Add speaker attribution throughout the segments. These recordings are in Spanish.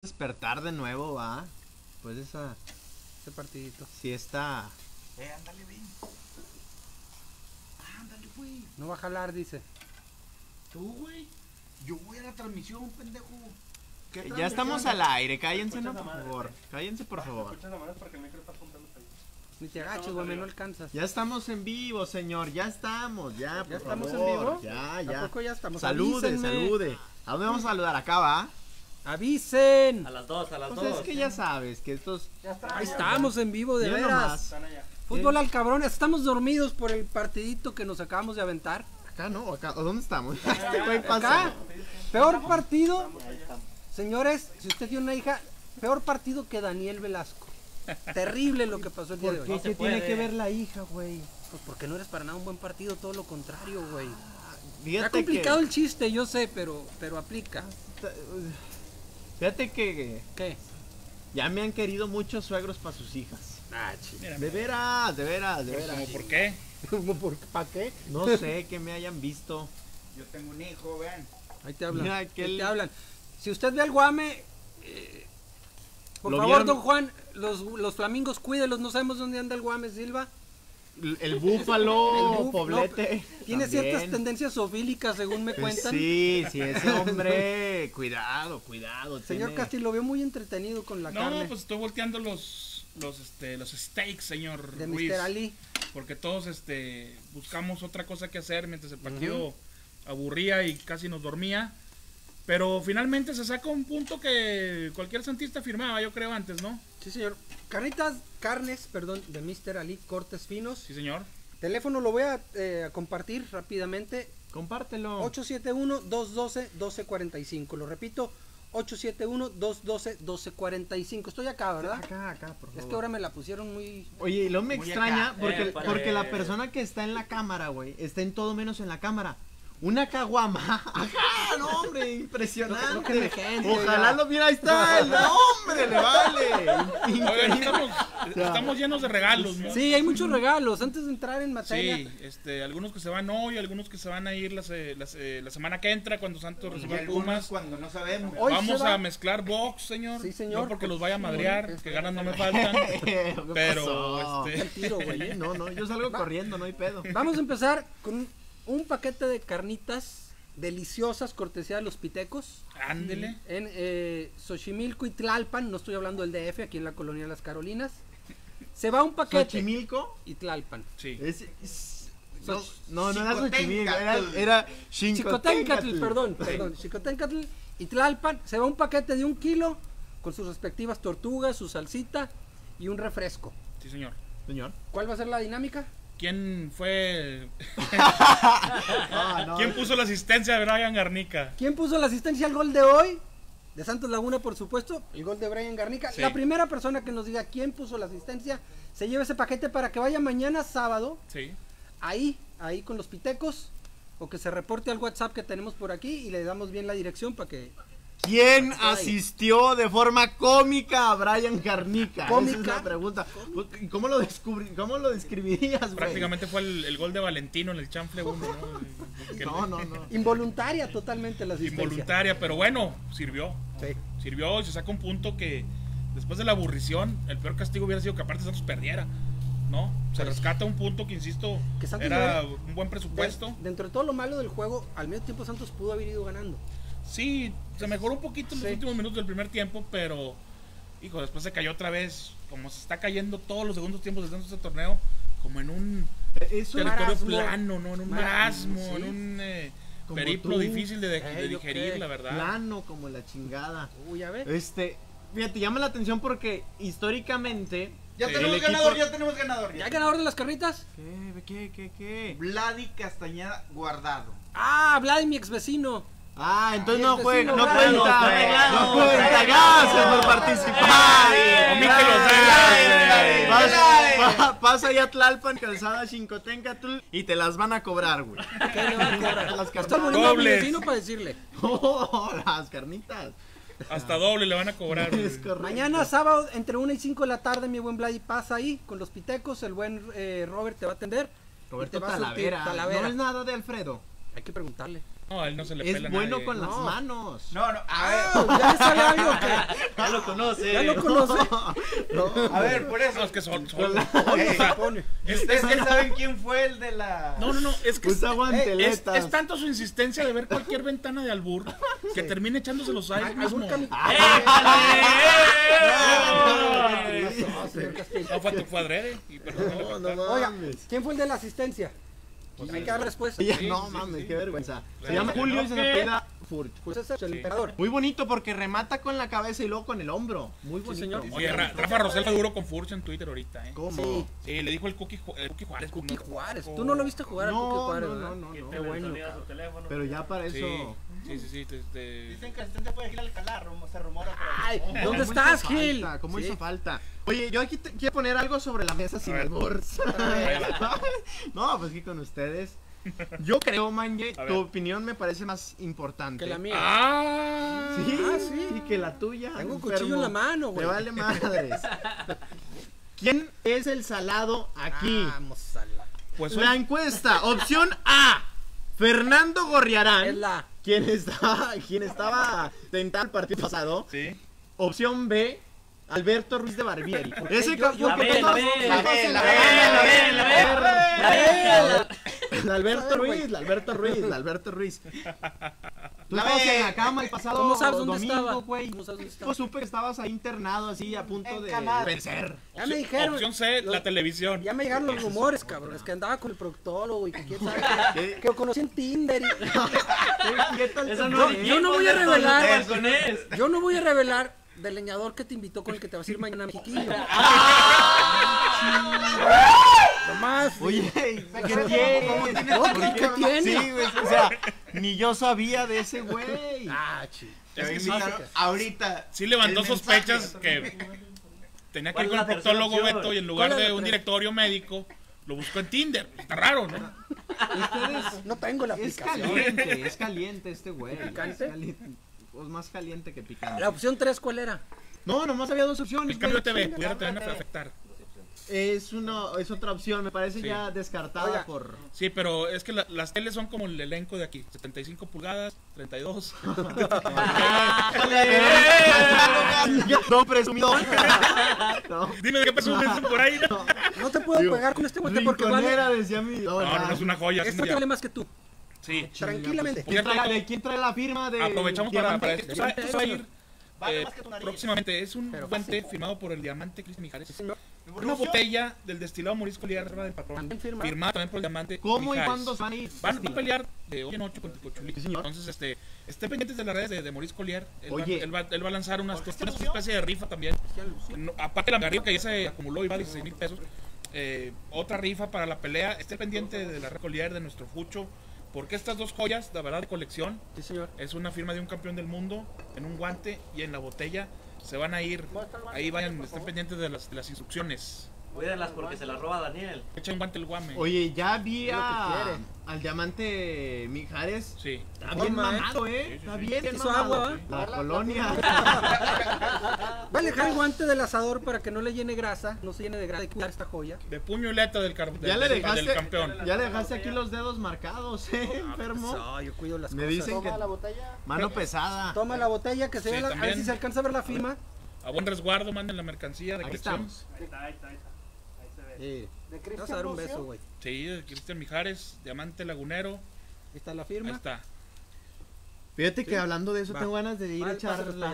Speaker 1: Despertar de nuevo, va. Pues
Speaker 2: ese partidito.
Speaker 1: Sí está.
Speaker 3: Ándale, ven. Ándale, güey.
Speaker 2: No va a jalar, dice.
Speaker 3: Tú, güey. Yo voy a la transmisión, pendejo.
Speaker 1: Ya estamos al aire, cállense, no, por favor. Cállense, por favor.
Speaker 2: Ni te agaches, güey, no alcanzas.
Speaker 1: Ya estamos en vivo, señor. Ya estamos, ya, por
Speaker 2: estamos
Speaker 1: favor.
Speaker 2: en vivo?
Speaker 1: Ya.
Speaker 2: ¿A poco ya estamos?
Speaker 1: Salude,
Speaker 2: Avísenme.
Speaker 1: salude. ¿A dónde vamos a saludar? Acá va.
Speaker 2: ¡Avisen!
Speaker 4: A las 2, a las 2.
Speaker 1: Pues es que ya sabes que estos.
Speaker 2: Ahí estamos en vivo, de
Speaker 1: Mira
Speaker 2: veras.
Speaker 1: nomás.
Speaker 2: Fútbol al cabrón. Estamos dormidos por el partidito que nos acabamos de aventar.
Speaker 1: Acá no, acá. ¿O dónde estamos?
Speaker 2: Acá, peor partido. Señores, si usted tiene una hija, peor partido que Daniel Velasco. Terrible lo que pasó el día de hoy.
Speaker 1: ¿Qué tiene que ver la hija, güey?
Speaker 2: Pues porque no eres para nada un buen partido, todo lo contrario, güey.
Speaker 1: Fíjate
Speaker 2: Está complicado
Speaker 1: que,
Speaker 2: el chiste, yo sé, pero aplica.
Speaker 1: Fíjate que
Speaker 2: ¿Qué?
Speaker 1: ya me han querido muchos suegros para sus hijas.
Speaker 4: Mira,
Speaker 1: De veras, de veras, de veras.
Speaker 4: ¿Cómo por qué?
Speaker 2: ¿Para qué?
Speaker 1: No sé que me hayan visto.
Speaker 3: Yo tengo un hijo, vean.
Speaker 2: Ahí te hablan.
Speaker 1: Mira,
Speaker 2: Ahí
Speaker 1: aquel-
Speaker 2: te hablan. Si usted ve al Guame, por
Speaker 1: ¿Lo
Speaker 2: favor,
Speaker 1: vieron?
Speaker 2: don Juan, los flamingos cuídelos, no sabemos dónde anda el Guame Silva.
Speaker 1: El búfalo,
Speaker 2: El búf-
Speaker 1: poblete.
Speaker 2: no, tiene
Speaker 1: también.
Speaker 2: ciertas tendencias zoofílicas, según me cuentan.
Speaker 1: Sí, ese hombre. Cuidado.
Speaker 2: Señor
Speaker 1: tiene-
Speaker 2: Castillo, lo veo muy entretenido con la
Speaker 4: No,
Speaker 2: carne
Speaker 4: pues estoy volteando los steaks, señor
Speaker 2: de
Speaker 4: Ruiz.
Speaker 2: Mr. Ali.
Speaker 4: Porque todos buscamos otra cosa que hacer mientras el partido aburría y casi nos dormía. Pero finalmente se saca un punto que cualquier santista firmaba, yo creo, antes, ¿no?
Speaker 2: Sí, señor. Carnes, de Mr. Ali, cortes finos.
Speaker 4: Sí, señor.
Speaker 2: Teléfono lo voy a compartir rápidamente.
Speaker 1: Compártelo.
Speaker 2: 871-212-1245. Lo repito, 871-212-1245. Estoy acá, ¿verdad?
Speaker 1: Acá, por favor.
Speaker 2: Es que ahora me la pusieron muy...
Speaker 1: Oye, y luego me
Speaker 3: Muy
Speaker 1: extraña
Speaker 3: acá.
Speaker 1: porque la persona que está en la cámara, güey, está en todo menos en la cámara. Una caguama. Ajá, no, hombre, impresionante.
Speaker 2: No, que me gente,
Speaker 1: Ojalá
Speaker 2: ya.
Speaker 1: lo viera, ahí está. El hombre, le vale.
Speaker 4: Oigan,
Speaker 1: Increíble.
Speaker 4: estamos llenos de regalos, ¿no?
Speaker 2: Sí, hay muchos regalos. Antes de entrar en materia...
Speaker 4: Sí, algunos que se van hoy, algunos que se van a ir la semana que entra cuando Santos
Speaker 3: Y
Speaker 4: reciba
Speaker 3: algunos
Speaker 4: Pumas.
Speaker 3: cuando no sabemos.
Speaker 2: Hoy
Speaker 4: Vamos
Speaker 2: se va.
Speaker 4: a mezclar box, señor.
Speaker 2: Sí, señor.
Speaker 4: No porque los vaya a madrear,
Speaker 2: Sí,
Speaker 4: que ganas no me faltan.
Speaker 1: ¿Qué
Speaker 4: Pero,
Speaker 1: pasó?
Speaker 2: El tiro, güey. ¿eh?
Speaker 1: No, yo salgo corriendo, no hay pedo.
Speaker 2: Vamos a empezar con un paquete de carnitas deliciosas, cortesía de los pitecos.
Speaker 4: Ándele.
Speaker 2: En Xochimilco y Tlalpan, no estoy hablando del DF, aquí en la colonia de las Carolinas. Se va un paquete.
Speaker 1: ¿Xochimilco?
Speaker 2: Y Tlalpan.
Speaker 4: Sí.
Speaker 1: No era Xochimilco,
Speaker 3: Xicoténcatl.
Speaker 1: era
Speaker 2: Chicoténcatl, perdón. Chicoténcatl y Tlalpan. Se va un paquete de 1 kilo con sus respectivas tortugas, su salsita y un refresco.
Speaker 4: Sí, señor.
Speaker 1: Señor.
Speaker 2: ¿Cuál va a ser la dinámica?
Speaker 4: ¿Quién fue?
Speaker 1: No.
Speaker 4: ¿Quién puso la asistencia de Brian Garnica?
Speaker 2: ¿Quién puso la asistencia al gol de hoy? De Santos Laguna, por supuesto, el gol de Brian Garnica.
Speaker 4: Sí.
Speaker 2: La primera persona que nos diga quién puso la asistencia se lleva ese paquete para que vaya mañana sábado
Speaker 4: Sí.
Speaker 2: ahí con los pitecos, o que se reporte al WhatsApp que tenemos por aquí y le damos bien la dirección para que...
Speaker 1: ¿Quién asistió de forma cómica a Brian Garnica?
Speaker 2: ¿Cómica?
Speaker 1: Esa es la pregunta. ¿Cómo lo describirías, güey?
Speaker 4: Prácticamente fue el gol de Valentino en el chanfle 1, ¿no? Que
Speaker 1: No.
Speaker 2: Involuntaria totalmente la asistencia.
Speaker 4: Involuntaria, pero bueno, sirvió.
Speaker 2: Sí.
Speaker 4: Sirvió y se saca un punto que después de la aburrición, el peor castigo hubiera sido que aparte Santos perdiera, ¿no? Se rescata un punto que, insisto,
Speaker 2: Que Santos
Speaker 4: era
Speaker 2: no-
Speaker 4: un buen presupuesto.
Speaker 2: Dentro de todo lo malo del juego, al medio tiempo Santos pudo haber ido ganando.
Speaker 4: Sí, se mejoró un poquito en los
Speaker 2: Sí.
Speaker 4: últimos minutos del primer tiempo, pero, hijo, después se cayó otra vez, como se está cayendo todos los segundos tiempos de este torneo, como en un
Speaker 1: Es un
Speaker 4: territorio
Speaker 2: marasmo.
Speaker 4: plano, ¿no? En un marasmo,
Speaker 1: sí.
Speaker 4: en un
Speaker 1: Como
Speaker 4: periplo
Speaker 1: tú.
Speaker 4: difícil de
Speaker 2: yo
Speaker 4: digerir,
Speaker 2: qué.
Speaker 4: la verdad.
Speaker 1: plano como la chingada.
Speaker 2: Uy, a ver.
Speaker 1: Fíjate, llama la atención porque históricamente...
Speaker 3: Ya
Speaker 4: Sí,
Speaker 3: tenemos
Speaker 1: el
Speaker 3: ganador,
Speaker 1: equipo-
Speaker 3: ya tenemos ganador.
Speaker 2: ¿Ya hay ganador de las carnitas?
Speaker 1: ¿Qué?
Speaker 3: Vladi Castañeda Guardado.
Speaker 2: Ah, Vlad, mi ex vecino.
Speaker 1: Ah, entonces
Speaker 2: Ay,
Speaker 1: no
Speaker 2: el
Speaker 1: juega,
Speaker 2: vecino,
Speaker 1: no
Speaker 2: Brian.
Speaker 1: cuenta.
Speaker 3: Arreglado,
Speaker 1: No cuenta,
Speaker 3: arreglado.
Speaker 1: gracias por participar.
Speaker 4: Omite los datos.
Speaker 1: Pasa ya a Tlalpan, calzada Xincoténcatl y te las van a cobrar, güey.
Speaker 2: ¿Qué le van a cobrar?
Speaker 1: Las
Speaker 2: Estoy
Speaker 1: carnitas.
Speaker 2: muriendo mi
Speaker 4: Dobles.
Speaker 2: vecino para decirle.
Speaker 1: Oh, las carnitas.
Speaker 4: Hasta doble le van a cobrar.
Speaker 1: Es correcto.
Speaker 2: Mañana sábado entre 1 y 5 de la tarde mi buen Vladi pasa ahí con los pitecos, el buen Robert te va a atender.
Speaker 1: Roberto
Speaker 2: y te va a surtir
Speaker 1: Talavera.
Speaker 2: Talavera.
Speaker 1: No es nada de Alfredo.
Speaker 2: Hay que preguntarle.
Speaker 4: No, a él no se le
Speaker 1: Es
Speaker 4: pela a
Speaker 1: bueno
Speaker 4: nadie.
Speaker 1: con las
Speaker 2: No.
Speaker 1: manos.
Speaker 3: No, a ver.
Speaker 2: Ya le sabe algo que
Speaker 5: Ya lo conoce.
Speaker 2: ya lo conoce.
Speaker 3: A ver, por eso.
Speaker 4: No, es que son...
Speaker 3: Ey,
Speaker 2: Se pone.
Speaker 3: ¿Ustedes ya saben quién fue el de la.
Speaker 4: No, es que
Speaker 1: Usa
Speaker 4: es,
Speaker 1: guanteletas.
Speaker 4: tanto su insistencia de ver cualquier ventana de albur que termina echándose los aires mismo.
Speaker 2: ¿Algún
Speaker 4: No fue adrede. Y perdón,
Speaker 1: No, no
Speaker 2: Oiga,
Speaker 1: mames.
Speaker 2: ¿quién fue el de la asistencia? Hay que dar respuesta.
Speaker 1: Oye,
Speaker 4: Sí,
Speaker 1: no
Speaker 4: sí,
Speaker 1: mames,
Speaker 4: sí.
Speaker 1: qué vergüenza. Se
Speaker 4: Sí,
Speaker 1: llama
Speaker 4: sí,
Speaker 1: Julio y
Speaker 4: no,
Speaker 1: se
Speaker 4: ¿qué?
Speaker 1: apellida Furch.
Speaker 2: Pues ese es el
Speaker 4: Sí.
Speaker 2: emperador.
Speaker 1: Muy bonito porque remata con la cabeza y luego con el hombro. Muy bonito.
Speaker 2: señor.
Speaker 4: Oye, Rafa Rosell fue duro con Furch en Twitter ahorita, ¿eh?
Speaker 1: ¿Cómo?
Speaker 2: Sí.
Speaker 4: Sí, le dijo el Cookie Juárez.
Speaker 2: Cookie Juárez. ¿Tú no lo viste jugar al Cookie
Speaker 1: No,
Speaker 2: Juárez?
Speaker 1: no,
Speaker 2: ¿verdad?
Speaker 1: no, no,
Speaker 2: Qué
Speaker 1: no.
Speaker 2: bueno.
Speaker 5: Su teléfono.
Speaker 1: Pero ya para
Speaker 4: Sí,
Speaker 1: eso.
Speaker 4: sí.
Speaker 3: Dicen que el asistente puede ir al calar, se rumora por ahí.
Speaker 2: Ay, ¿dónde
Speaker 1: ¿Cómo
Speaker 2: estás,
Speaker 1: hizo
Speaker 2: Gil?
Speaker 1: falta? ¿Cómo
Speaker 2: Sí.
Speaker 1: hizo falta? Oye, yo aquí quiero poner algo sobre la mesa sin
Speaker 4: A ver.
Speaker 1: albur.
Speaker 4: Ahí
Speaker 1: No, pues que con ustedes. Yo creo, Manje,
Speaker 4: A ver.
Speaker 1: tu opinión me parece más importante.
Speaker 2: Que la mía.
Speaker 4: ¡Ah!
Speaker 1: Sí,
Speaker 2: Ah, sí.
Speaker 1: y que la tuya.
Speaker 2: Tengo un
Speaker 1: enfermo.
Speaker 2: cuchillo en la mano, güey.
Speaker 1: Me vale madres. ¿Quién es el salado aquí?
Speaker 2: Vamos a la.
Speaker 4: Pues
Speaker 1: La encuesta. Opción A. Fernando
Speaker 2: Es
Speaker 1: Gorriarán,
Speaker 2: la.
Speaker 1: quien estaba tentado el partido pasado.
Speaker 4: Sí.
Speaker 1: Opción B. Alberto Ruiz de Barbieri. Ese
Speaker 2: yo-
Speaker 5: La ve, la ve,
Speaker 3: la ve, la
Speaker 1: Alberto Ruiz. Tú
Speaker 3: La
Speaker 1: estabas
Speaker 3: ve.
Speaker 1: en la cama el pasado
Speaker 2: ¿Cómo sabes dónde
Speaker 1: domingo,
Speaker 2: estaba?
Speaker 1: güey.
Speaker 2: ¿Cómo sabes dónde estaba?
Speaker 1: Pues supe que estabas ahí internado así a punto de
Speaker 3: Encanado.
Speaker 1: vencer.
Speaker 2: Ya me dijeron.
Speaker 4: Opción C,
Speaker 2: los-
Speaker 4: la televisión.
Speaker 2: Ya me llegaron los rumores, cabrón. Es que andaba con el proctólogo y que quién sabe que lo conocí en Tinder.
Speaker 1: ¿Qué tal
Speaker 5: Eso
Speaker 1: te
Speaker 5: no
Speaker 1: fue?
Speaker 2: yo no voy a revelar.
Speaker 5: Eso no es.
Speaker 2: Yo no voy a revelar del leñador que te invitó con el que te vas a ir mañana a Mexiquillo. Nomás.
Speaker 1: Oye, ¿qué
Speaker 3: ¿cómo
Speaker 1: tiene?
Speaker 2: No, ¿qué tiene?
Speaker 1: Sí, güey, o sea, ni yo sabía de ese güey.
Speaker 2: Ah, chi.
Speaker 4: Es que sí,
Speaker 3: ahorita.
Speaker 4: sí levantó
Speaker 3: el
Speaker 4: sospechas
Speaker 3: mensaje.
Speaker 4: que tenía que
Speaker 5: ¿Cuál
Speaker 4: ir
Speaker 5: es
Speaker 4: con
Speaker 5: la
Speaker 4: un proctólogo
Speaker 5: tercera opción?
Speaker 4: Beto y en lugar
Speaker 2: ¿Cuál es
Speaker 4: de
Speaker 2: la
Speaker 4: un
Speaker 2: tercera?
Speaker 4: directorio médico lo buscó en Tinder. Está raro, ¿no?
Speaker 2: No tengo la
Speaker 1: Es
Speaker 2: aplicación.
Speaker 1: es caliente este güey.
Speaker 2: ¿Picante?
Speaker 1: Es caliente. Pues más caliente que picante.
Speaker 2: La opción 3, ¿cuál era?
Speaker 1: No, nomás había dos opciones.
Speaker 4: El cambio de
Speaker 1: güey.
Speaker 4: TV pudiera también afectar.
Speaker 1: Es otra opción, me parece
Speaker 4: Sí.
Speaker 1: ya descartada
Speaker 2: Oiga.
Speaker 1: por.
Speaker 4: Sí, pero es que las teles son como el elenco de aquí. 75 pulgadas, 32.
Speaker 1: No, presumido. No.
Speaker 4: Dime de qué presumes por ahí. No,
Speaker 2: No te puedo pegar con este bote porque
Speaker 1: Rinconera,
Speaker 2: vale.
Speaker 1: decía mi.
Speaker 4: no, es una joya. es
Speaker 2: Este
Speaker 4: una
Speaker 2: te vale
Speaker 4: joya.
Speaker 2: más que tú.
Speaker 4: Sí.
Speaker 2: Tranquilamente.
Speaker 1: ¿Quién trae la firma de.
Speaker 4: Aprovechamos para
Speaker 1: Diamante?
Speaker 4: esto va a ir
Speaker 3: Vale más que tu nariz.
Speaker 4: próximamente. Es un
Speaker 2: Pero
Speaker 4: guante firmado por el Diamante Cristian Mijares.
Speaker 2: Señor,
Speaker 4: Una botella del destilado Morisco Liar del patrón.
Speaker 2: También firmado.
Speaker 4: Firmada también por el Diamante
Speaker 1: ¿Cómo y
Speaker 4: Mijares.
Speaker 1: cuándo van a ir?
Speaker 4: Van a pelear de 8 en 8 con Ticochulí.
Speaker 1: Sí, señor.
Speaker 4: Entonces, estén pendientes de las redes de Morisco Liar.
Speaker 1: Oye.
Speaker 4: Él va a lanzar una especie de rifa también. No, aparte de la rifa que ya se acumuló y vale 16,000 pesos. Otra rifa para la pelea. Esté pendiente de la red Collier de nuestro Fucho. Porque estas dos joyas, la verdad, de colección,
Speaker 2: Sí, señor.
Speaker 4: es una firma de un campeón del mundo en un guante y en la botella. Se van a ir. Ahí vayan, estén pendientes de las instrucciones.
Speaker 5: Cuídenlas porque se las roba Daniel.
Speaker 4: Echa un guante el guame.
Speaker 1: Oye, ya vi
Speaker 2: Es lo que quiere.
Speaker 1: al diamante Mijares.
Speaker 4: Sí.
Speaker 1: Está bien
Speaker 2: Toma,
Speaker 1: mamado,
Speaker 4: Sí,
Speaker 1: Está
Speaker 4: sí.
Speaker 1: bien
Speaker 2: Hizo
Speaker 1: mamado.
Speaker 2: agua,
Speaker 1: La colonia.
Speaker 2: Va a dejar el guante del asador para que no le llene grasa, no se llene de grasa y cuidar esta joya.
Speaker 4: De puño y letra del
Speaker 1: Ya le
Speaker 4: del
Speaker 1: dejaste.
Speaker 4: campeón.
Speaker 1: Ya le dejaste aquí los dedos marcados, enfermo.
Speaker 2: No, yo cuido las
Speaker 1: Me
Speaker 2: cosas.
Speaker 1: dicen que. Mano pesada.
Speaker 2: Toma la botella que se
Speaker 4: Sí,
Speaker 2: vea, a ver
Speaker 4: también.
Speaker 2: si se alcanza a ver la firma.
Speaker 4: A buen resguardo, manden la mercancía de
Speaker 1: Ahí
Speaker 4: colección.
Speaker 1: estamos.
Speaker 2: Sí. Vamos a dar un beso, güey.
Speaker 4: Sí, de Cristian Mijares, Diamante Lagunero.
Speaker 2: Ahí está la
Speaker 4: Ahí
Speaker 2: firma.
Speaker 4: está.
Speaker 1: Fíjate que hablando de eso,
Speaker 2: Va.
Speaker 1: tengo ganas de ir a
Speaker 2: Va,
Speaker 1: echar
Speaker 2: pásale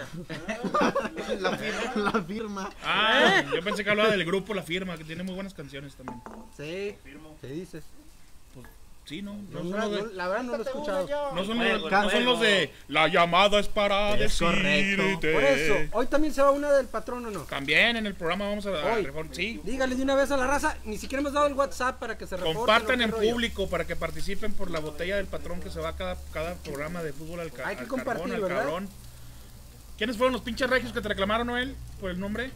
Speaker 1: la firma. La firma.
Speaker 4: Ah, yo pensé que hablaba del grupo La Firma, que tiene muy buenas canciones también.
Speaker 2: Sí. ¿Qué dices?
Speaker 4: Sí, no
Speaker 2: No,
Speaker 4: son
Speaker 2: no,
Speaker 4: los de,
Speaker 2: la verdad no lo he escuchado.
Speaker 4: no son
Speaker 5: Juego,
Speaker 4: los,
Speaker 5: el
Speaker 4: no son los
Speaker 5: juego.
Speaker 4: de La llamada es para
Speaker 1: Es
Speaker 4: decirte.
Speaker 1: correcto.
Speaker 2: Por eso, hoy también se va una del patrón o no.
Speaker 4: También en el programa vamos a
Speaker 2: Hoy.
Speaker 4: sí.
Speaker 2: Dígale de una vez a la raza, ni siquiera hemos dado el WhatsApp para que se reporten.
Speaker 4: Compartan
Speaker 2: ¿o
Speaker 4: en
Speaker 2: qué rollo?
Speaker 4: público para que participen por la botella del patrón que se va a cada programa de fútbol al,
Speaker 2: Hay que
Speaker 4: al
Speaker 2: compartir,
Speaker 4: carbón, al
Speaker 2: ¿verdad?
Speaker 4: cabrón. ¿Quiénes fueron los pinches regios que te reclamaron, Noel, por el nombre?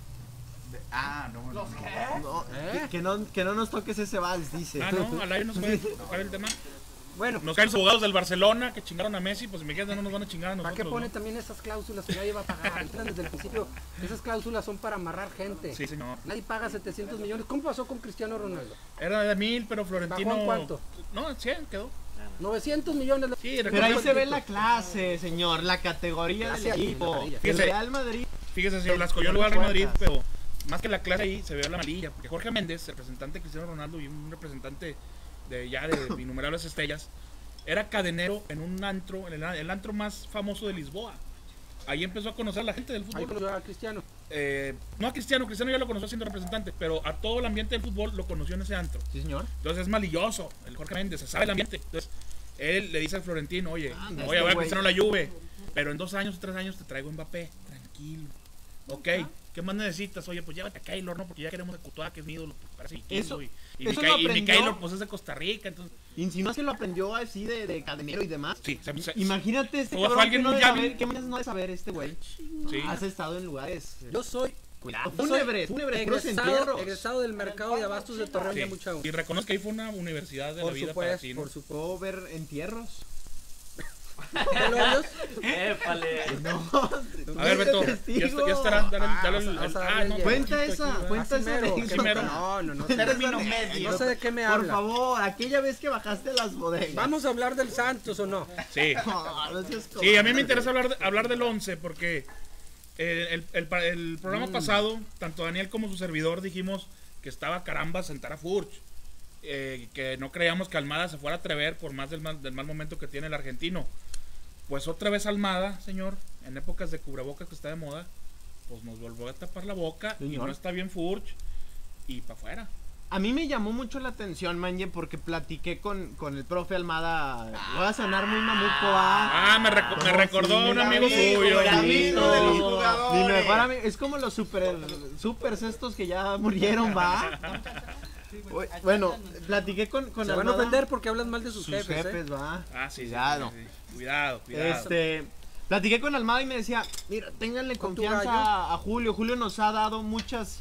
Speaker 3: No.
Speaker 1: No,
Speaker 2: ¿Eh?
Speaker 1: que no nos toques ese vals, dice.
Speaker 4: Ah, no, al aire no se puede tocar el tema.
Speaker 2: Bueno,
Speaker 4: Nos caen los abogados del Barcelona que chingaron a Messi, pues imagínate, no nos van a chingar a
Speaker 2: ¿para
Speaker 4: nosotros.
Speaker 2: qué pone
Speaker 4: ¿no?
Speaker 2: también esas cláusulas que nadie va a pagar? Entran desde el principio. Esas cláusulas son para amarrar gente.
Speaker 4: Sí, señor.
Speaker 2: Nadie paga 700 millones. ¿Cómo pasó con Cristiano Ronaldo?
Speaker 4: Era de 1000, pero Florentino.
Speaker 2: ¿Bajó en cuánto?
Speaker 4: No, 100 quedó.
Speaker 2: 900 millones.
Speaker 4: Sí,
Speaker 1: Pero ahí se ve la clase, señor, la categoría
Speaker 2: Clase
Speaker 1: del
Speaker 2: ahí,
Speaker 1: equipo.
Speaker 2: maravilla.
Speaker 1: El
Speaker 4: Fíjese.
Speaker 1: Real Madrid.
Speaker 4: Fíjese, señor Blasco, yo le voy al Real Madrid, pero más que la clase ahí se ve la amarilla, porque Jorge Méndez, el representante de Cristiano Ronaldo y un representante de innumerables estrellas, era cadenero en un antro, en el antro más famoso de Lisboa. Ahí empezó a conocer a la gente del
Speaker 2: Ahí
Speaker 4: fútbol.
Speaker 2: conoció a Cristiano.
Speaker 4: No a Cristiano ya lo conoció siendo representante, pero a todo el ambiente del fútbol lo conoció en ese antro.
Speaker 1: Sí, señor.
Speaker 4: Entonces es malilloso, el Jorge Méndez, se sabe el ambiente. Entonces él le dice al Florentino, oye,
Speaker 1: Anda,
Speaker 4: voy a
Speaker 1: este
Speaker 4: ver a
Speaker 1: güey.
Speaker 4: Cristiano la Juve, pero en 2 años o 3 años te traigo Mbappé, tranquilo. Ok, ¿qué más necesitas? Oye, pues llévate a Keylor, ¿no? Porque ya queremos a Courtois, que es mi ídolo, pues, parece
Speaker 1: Eso-
Speaker 4: y
Speaker 1: eso
Speaker 4: mi
Speaker 1: lo
Speaker 4: y mi
Speaker 1: aprendió.
Speaker 4: Keylor, pues es de Costa Rica, entonces...
Speaker 1: Insinúa que lo aprendió así de cadenero y demás.
Speaker 4: Sí,
Speaker 1: Imagínate este
Speaker 4: Todo fue
Speaker 1: cabrón
Speaker 4: alguien
Speaker 1: que no
Speaker 4: muy
Speaker 1: de
Speaker 4: hábil.
Speaker 1: saber, ¿qué más no de saber este güey?
Speaker 4: sí.
Speaker 1: Has estado en lugares.
Speaker 2: Yo soy
Speaker 1: Cuidado,
Speaker 2: yo soy
Speaker 1: fúnebres, puros entierros.
Speaker 2: egresado del mercado de abastos de Torreón
Speaker 4: Sí.
Speaker 2: de Mucha
Speaker 4: Y reconozco que ahí fue una universidad de la
Speaker 2: Por
Speaker 4: vida para
Speaker 2: supuesto,
Speaker 4: ti, ¿no?
Speaker 2: por supuesto.
Speaker 1: ¿Puedo ver entierros?
Speaker 2: Velorios.
Speaker 5: Épale.
Speaker 1: No.
Speaker 4: A ver, Beto, ya estará, dale el...
Speaker 2: vamos a
Speaker 4: Ah,
Speaker 2: darle
Speaker 4: no,
Speaker 2: ya.
Speaker 1: Cuenta
Speaker 4: poquito
Speaker 1: esa,
Speaker 4: aquí,
Speaker 1: cuenta
Speaker 2: Así
Speaker 1: esa
Speaker 2: mero,
Speaker 1: anécdota.
Speaker 4: mero.
Speaker 2: No.
Speaker 3: Término medio.
Speaker 2: No sé de qué me
Speaker 1: Por
Speaker 2: habla.
Speaker 1: favor, aquella vez que bajaste las bodegas.
Speaker 2: ¿Vamos a hablar del Santos o no?
Speaker 4: Sí.
Speaker 1: No, no seas
Speaker 4: Sí, a mí
Speaker 1: cobarde.
Speaker 4: me interesa hablar del 11 porque el programa pasado, tanto Daniel como su servidor dijimos que estaba caramba sentar a Furch, que no creíamos que Almada se fuera a atrever por más del mal momento que tiene el argentino. Pues otra vez Almada, señor, en épocas de cubrebocas que está de moda, pues nos volvió a tapar la boca y
Speaker 1: Señor.
Speaker 4: no está bien Furch y para afuera.
Speaker 1: A mí me llamó mucho la atención, Manje, porque platiqué con el profe Almada. Voy a sonar muy mamuco,
Speaker 4: Ah, me recordó a un amigo suyo.
Speaker 5: Fulanito de los jugadores.
Speaker 1: Mi mejor amigo. Es como los supers estos que ya murieron, va. Bueno, platiqué con
Speaker 2: Se van a
Speaker 1: Almada.
Speaker 2: ofender porque hablan mal de sus,
Speaker 1: Sus
Speaker 2: jefes,
Speaker 1: jefes, va.
Speaker 4: Ah, sí,
Speaker 1: Cuidado.
Speaker 4: sí. Cuidado.
Speaker 1: Platiqué con Almada y me decía, mira, ténganle
Speaker 2: ¿Con tu
Speaker 1: confianza
Speaker 2: gallo?
Speaker 1: a Julio. Julio nos ha dado muchas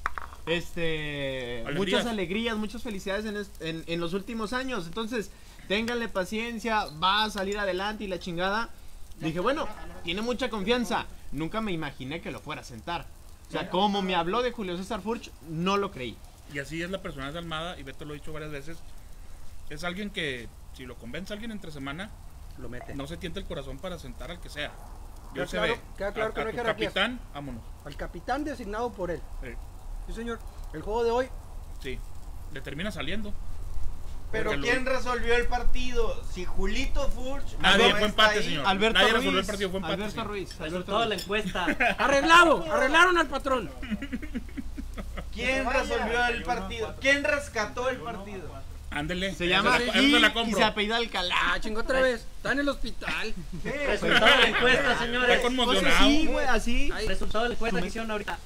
Speaker 1: muchas alegrías, muchas felicidades en los últimos años. Entonces, ténganle paciencia, va a salir adelante y la chingada. Dije, bueno, tiene mucha confianza. Nunca me imaginé que lo fuera a sentar. O sea, como me habló de Julio César Furch, no lo creí.
Speaker 4: Y así es la personalidad de Almada, y Beto lo ha dicho varias veces. Es alguien que, si lo convence a alguien entre semana,
Speaker 2: Lo mete.
Speaker 4: no se tienta el corazón para sentar al que sea.
Speaker 2: Queda
Speaker 4: Yo se
Speaker 2: claro-
Speaker 4: ve.
Speaker 2: queda claro que no hay
Speaker 4: tu
Speaker 2: jerarquías.
Speaker 4: capitán, vámonos.
Speaker 2: Al capitán designado por él.
Speaker 4: Sí,
Speaker 2: Sí, señor. El juego de hoy.
Speaker 4: sí. Le termina saliendo.
Speaker 3: Pero
Speaker 4: Porque
Speaker 3: ¿quién resolvió el partido? Si Julito Furch.
Speaker 4: Nadie,
Speaker 3: no
Speaker 4: fue
Speaker 3: está
Speaker 4: empate,
Speaker 3: ahí.
Speaker 4: señor.
Speaker 1: Alberto
Speaker 4: Nadie
Speaker 1: Ruiz.
Speaker 4: resolvió el partido, fue empate.
Speaker 1: Alberto
Speaker 4: señor.
Speaker 1: Ruiz. Alberto
Speaker 5: Resultado de la
Speaker 1: Ruiz.
Speaker 5: encuesta.
Speaker 2: ¡Arreglado! ¡Arreglaron al patrón!
Speaker 3: ¿Quién resolvió el partido? ¿Quién rescató el partido?
Speaker 4: Ándele.
Speaker 1: Se llama
Speaker 4: Esa
Speaker 1: y,
Speaker 4: se la
Speaker 1: y
Speaker 4: compro.
Speaker 1: se apellida Alcalá.
Speaker 2: Ah, chingó otra vez. Está en el hospital.
Speaker 5: Resultado de la encuesta,
Speaker 4: Está
Speaker 5: señores.
Speaker 4: conmocionado.
Speaker 1: Pues así, güey, así.
Speaker 2: Ay,
Speaker 5: Resultado de la encuesta que hicieron ahorita.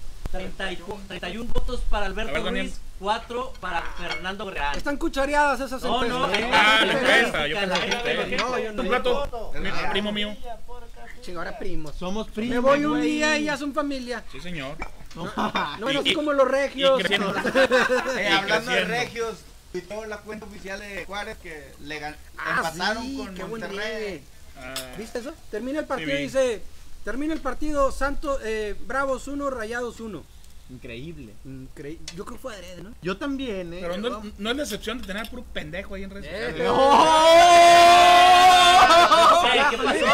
Speaker 5: 31 votos para
Speaker 4: A
Speaker 5: Alberto
Speaker 4: ver, Daniel.
Speaker 5: Ruiz, 4 para Fernando Real.
Speaker 2: Están cuchareadas esas
Speaker 5: No, no,
Speaker 2: encuestas.
Speaker 4: Ah, la
Speaker 5: Sí,
Speaker 4: encuesta. Yo
Speaker 5: la
Speaker 4: pensé que
Speaker 5: gente,
Speaker 4: usted.
Speaker 2: no, yo no.
Speaker 4: Un plato. Primo mío.
Speaker 2: Chingo, ahora primos.
Speaker 1: Somos primos.
Speaker 2: Me voy un
Speaker 1: güey.
Speaker 2: día y ya son familia.
Speaker 4: Sí, señor.
Speaker 2: No, bueno,
Speaker 4: Y-
Speaker 2: así como los regios.
Speaker 4: y creciendo.
Speaker 3: Hablando de
Speaker 4: creciendo.
Speaker 3: Regios, tuitó la cuenta oficial de Juárez que
Speaker 2: Ah,
Speaker 3: empataron
Speaker 2: sí,
Speaker 3: con
Speaker 2: qué buen
Speaker 3: Monterrey.
Speaker 4: Ah,
Speaker 2: ¿Viste eso? Termina el partido
Speaker 4: vi.
Speaker 2: y dice, termina el partido, Santos, Bravos 1, Rayados 1.
Speaker 1: Increíble.
Speaker 2: Yo creo que fue adrede, ¿no?
Speaker 1: Yo también,
Speaker 4: pero no es la excepción de tener a puro pendejo ahí en redes sociales.
Speaker 5: ¿Qué pasó?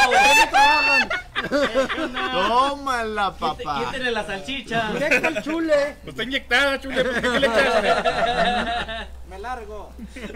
Speaker 1: Tómala, papá.
Speaker 5: Quítenle la salchicha.
Speaker 2: Directo al chule.
Speaker 4: Pues está inyectada, chule. ¿Por qué le echas?
Speaker 2: Me largo.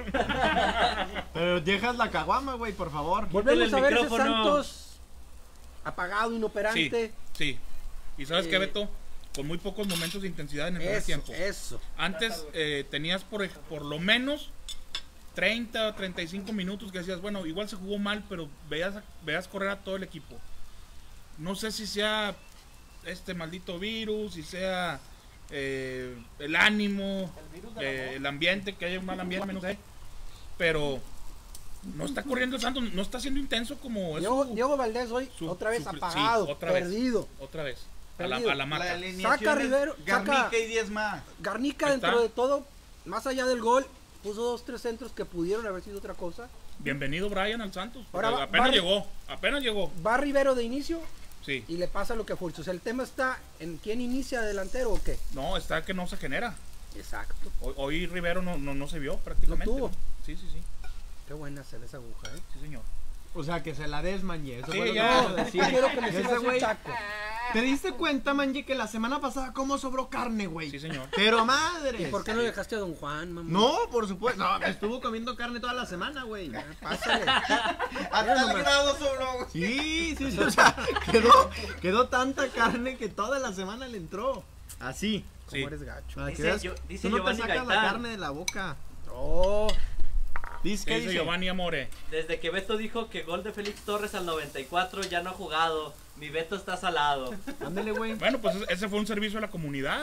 Speaker 1: Pero dejas la caguama, güey, por favor.
Speaker 2: Volvemos
Speaker 5: el
Speaker 2: a ver ese
Speaker 5: micrófono.
Speaker 2: Santos apagado,
Speaker 4: Sí,
Speaker 2: inoperante.
Speaker 4: sí. ¿Y sabes qué,
Speaker 2: Eh,
Speaker 4: Beto? Con muy pocos momentos de intensidad en el primer
Speaker 2: Eso,
Speaker 4: tiempo.
Speaker 2: eso.
Speaker 4: Antes tenías por lo menos 30 o 35 minutos que decías, bueno, igual se jugó mal, pero veías correr a todo el equipo. No sé si sea este maldito virus, si sea el ánimo, el ambiente, que haya un mal ambiente, no sé. Pero no está corriendo el Santos, no está siendo intenso como es
Speaker 2: Diego Valdés hoy
Speaker 4: su-
Speaker 2: otra vez
Speaker 4: su-
Speaker 2: apagado,
Speaker 4: sí, otra vez.
Speaker 2: perdido.
Speaker 4: otra vez. A
Speaker 2: Perdido.
Speaker 4: la mata.
Speaker 3: La alineación
Speaker 2: Saca
Speaker 3: es
Speaker 2: Rivero,
Speaker 3: Garnica
Speaker 2: saca-
Speaker 3: y 10 más.
Speaker 2: Garnica
Speaker 4: Ahí
Speaker 2: dentro
Speaker 4: está.
Speaker 2: de todo, más allá del gol, puso 2-3 centros que pudieron haber sido otra cosa.
Speaker 4: Bienvenido Brian al Santos.
Speaker 2: Ahora va-
Speaker 4: apenas llegó.
Speaker 2: Va Rivero de inicio
Speaker 4: Sí.
Speaker 2: y le pasa lo que fue. O sea, el tema está en quién inicia delantero o qué.
Speaker 4: No, está que no se genera.
Speaker 2: Exacto.
Speaker 4: Hoy Rivero no se vio prácticamente.
Speaker 2: No tuvo.
Speaker 4: Sí.
Speaker 2: Qué buena se ve esa aguja,
Speaker 4: Sí, señor.
Speaker 1: O sea, que se la des, Manje. Eso
Speaker 4: Sí,
Speaker 1: fue lo que
Speaker 4: ya.
Speaker 1: quiso decir.
Speaker 2: Quiero que le
Speaker 1: Ese
Speaker 2: sirvas un
Speaker 1: güey-
Speaker 2: taco.
Speaker 1: ¿Te diste cuenta, Manje, que la semana pasada cómo sobró carne, güey?
Speaker 4: Sí, señor.
Speaker 1: Pero madre.
Speaker 2: ¿Por qué no dejaste a Don Juan, mamá?
Speaker 1: No, por supuesto. No, estuvo comiendo carne toda la semana, güey.
Speaker 2: Pásale.
Speaker 3: A tal grado sobró, güey.
Speaker 1: Sí, sí, sí. O sea, quedó tanta carne que toda la semana le entró. Así.
Speaker 2: ¿Cómo
Speaker 4: Sí.
Speaker 2: eres gacho?
Speaker 1: Para que
Speaker 5: Dice
Speaker 1: veas,
Speaker 5: dice
Speaker 1: tú no te
Speaker 5: Giovanni
Speaker 1: sacas la
Speaker 5: Gaitán.
Speaker 1: carne de la boca.
Speaker 2: Oh,
Speaker 1: Dice
Speaker 4: ¿Qué
Speaker 1: que
Speaker 4: dice Giovanni Amore?
Speaker 5: Desde que Beto dijo que gol de Félix Torres al 94 ya no ha jugado. Mi Beto está salado.
Speaker 1: Ándale, güey.
Speaker 4: Bueno, pues ese fue un servicio a la comunidad.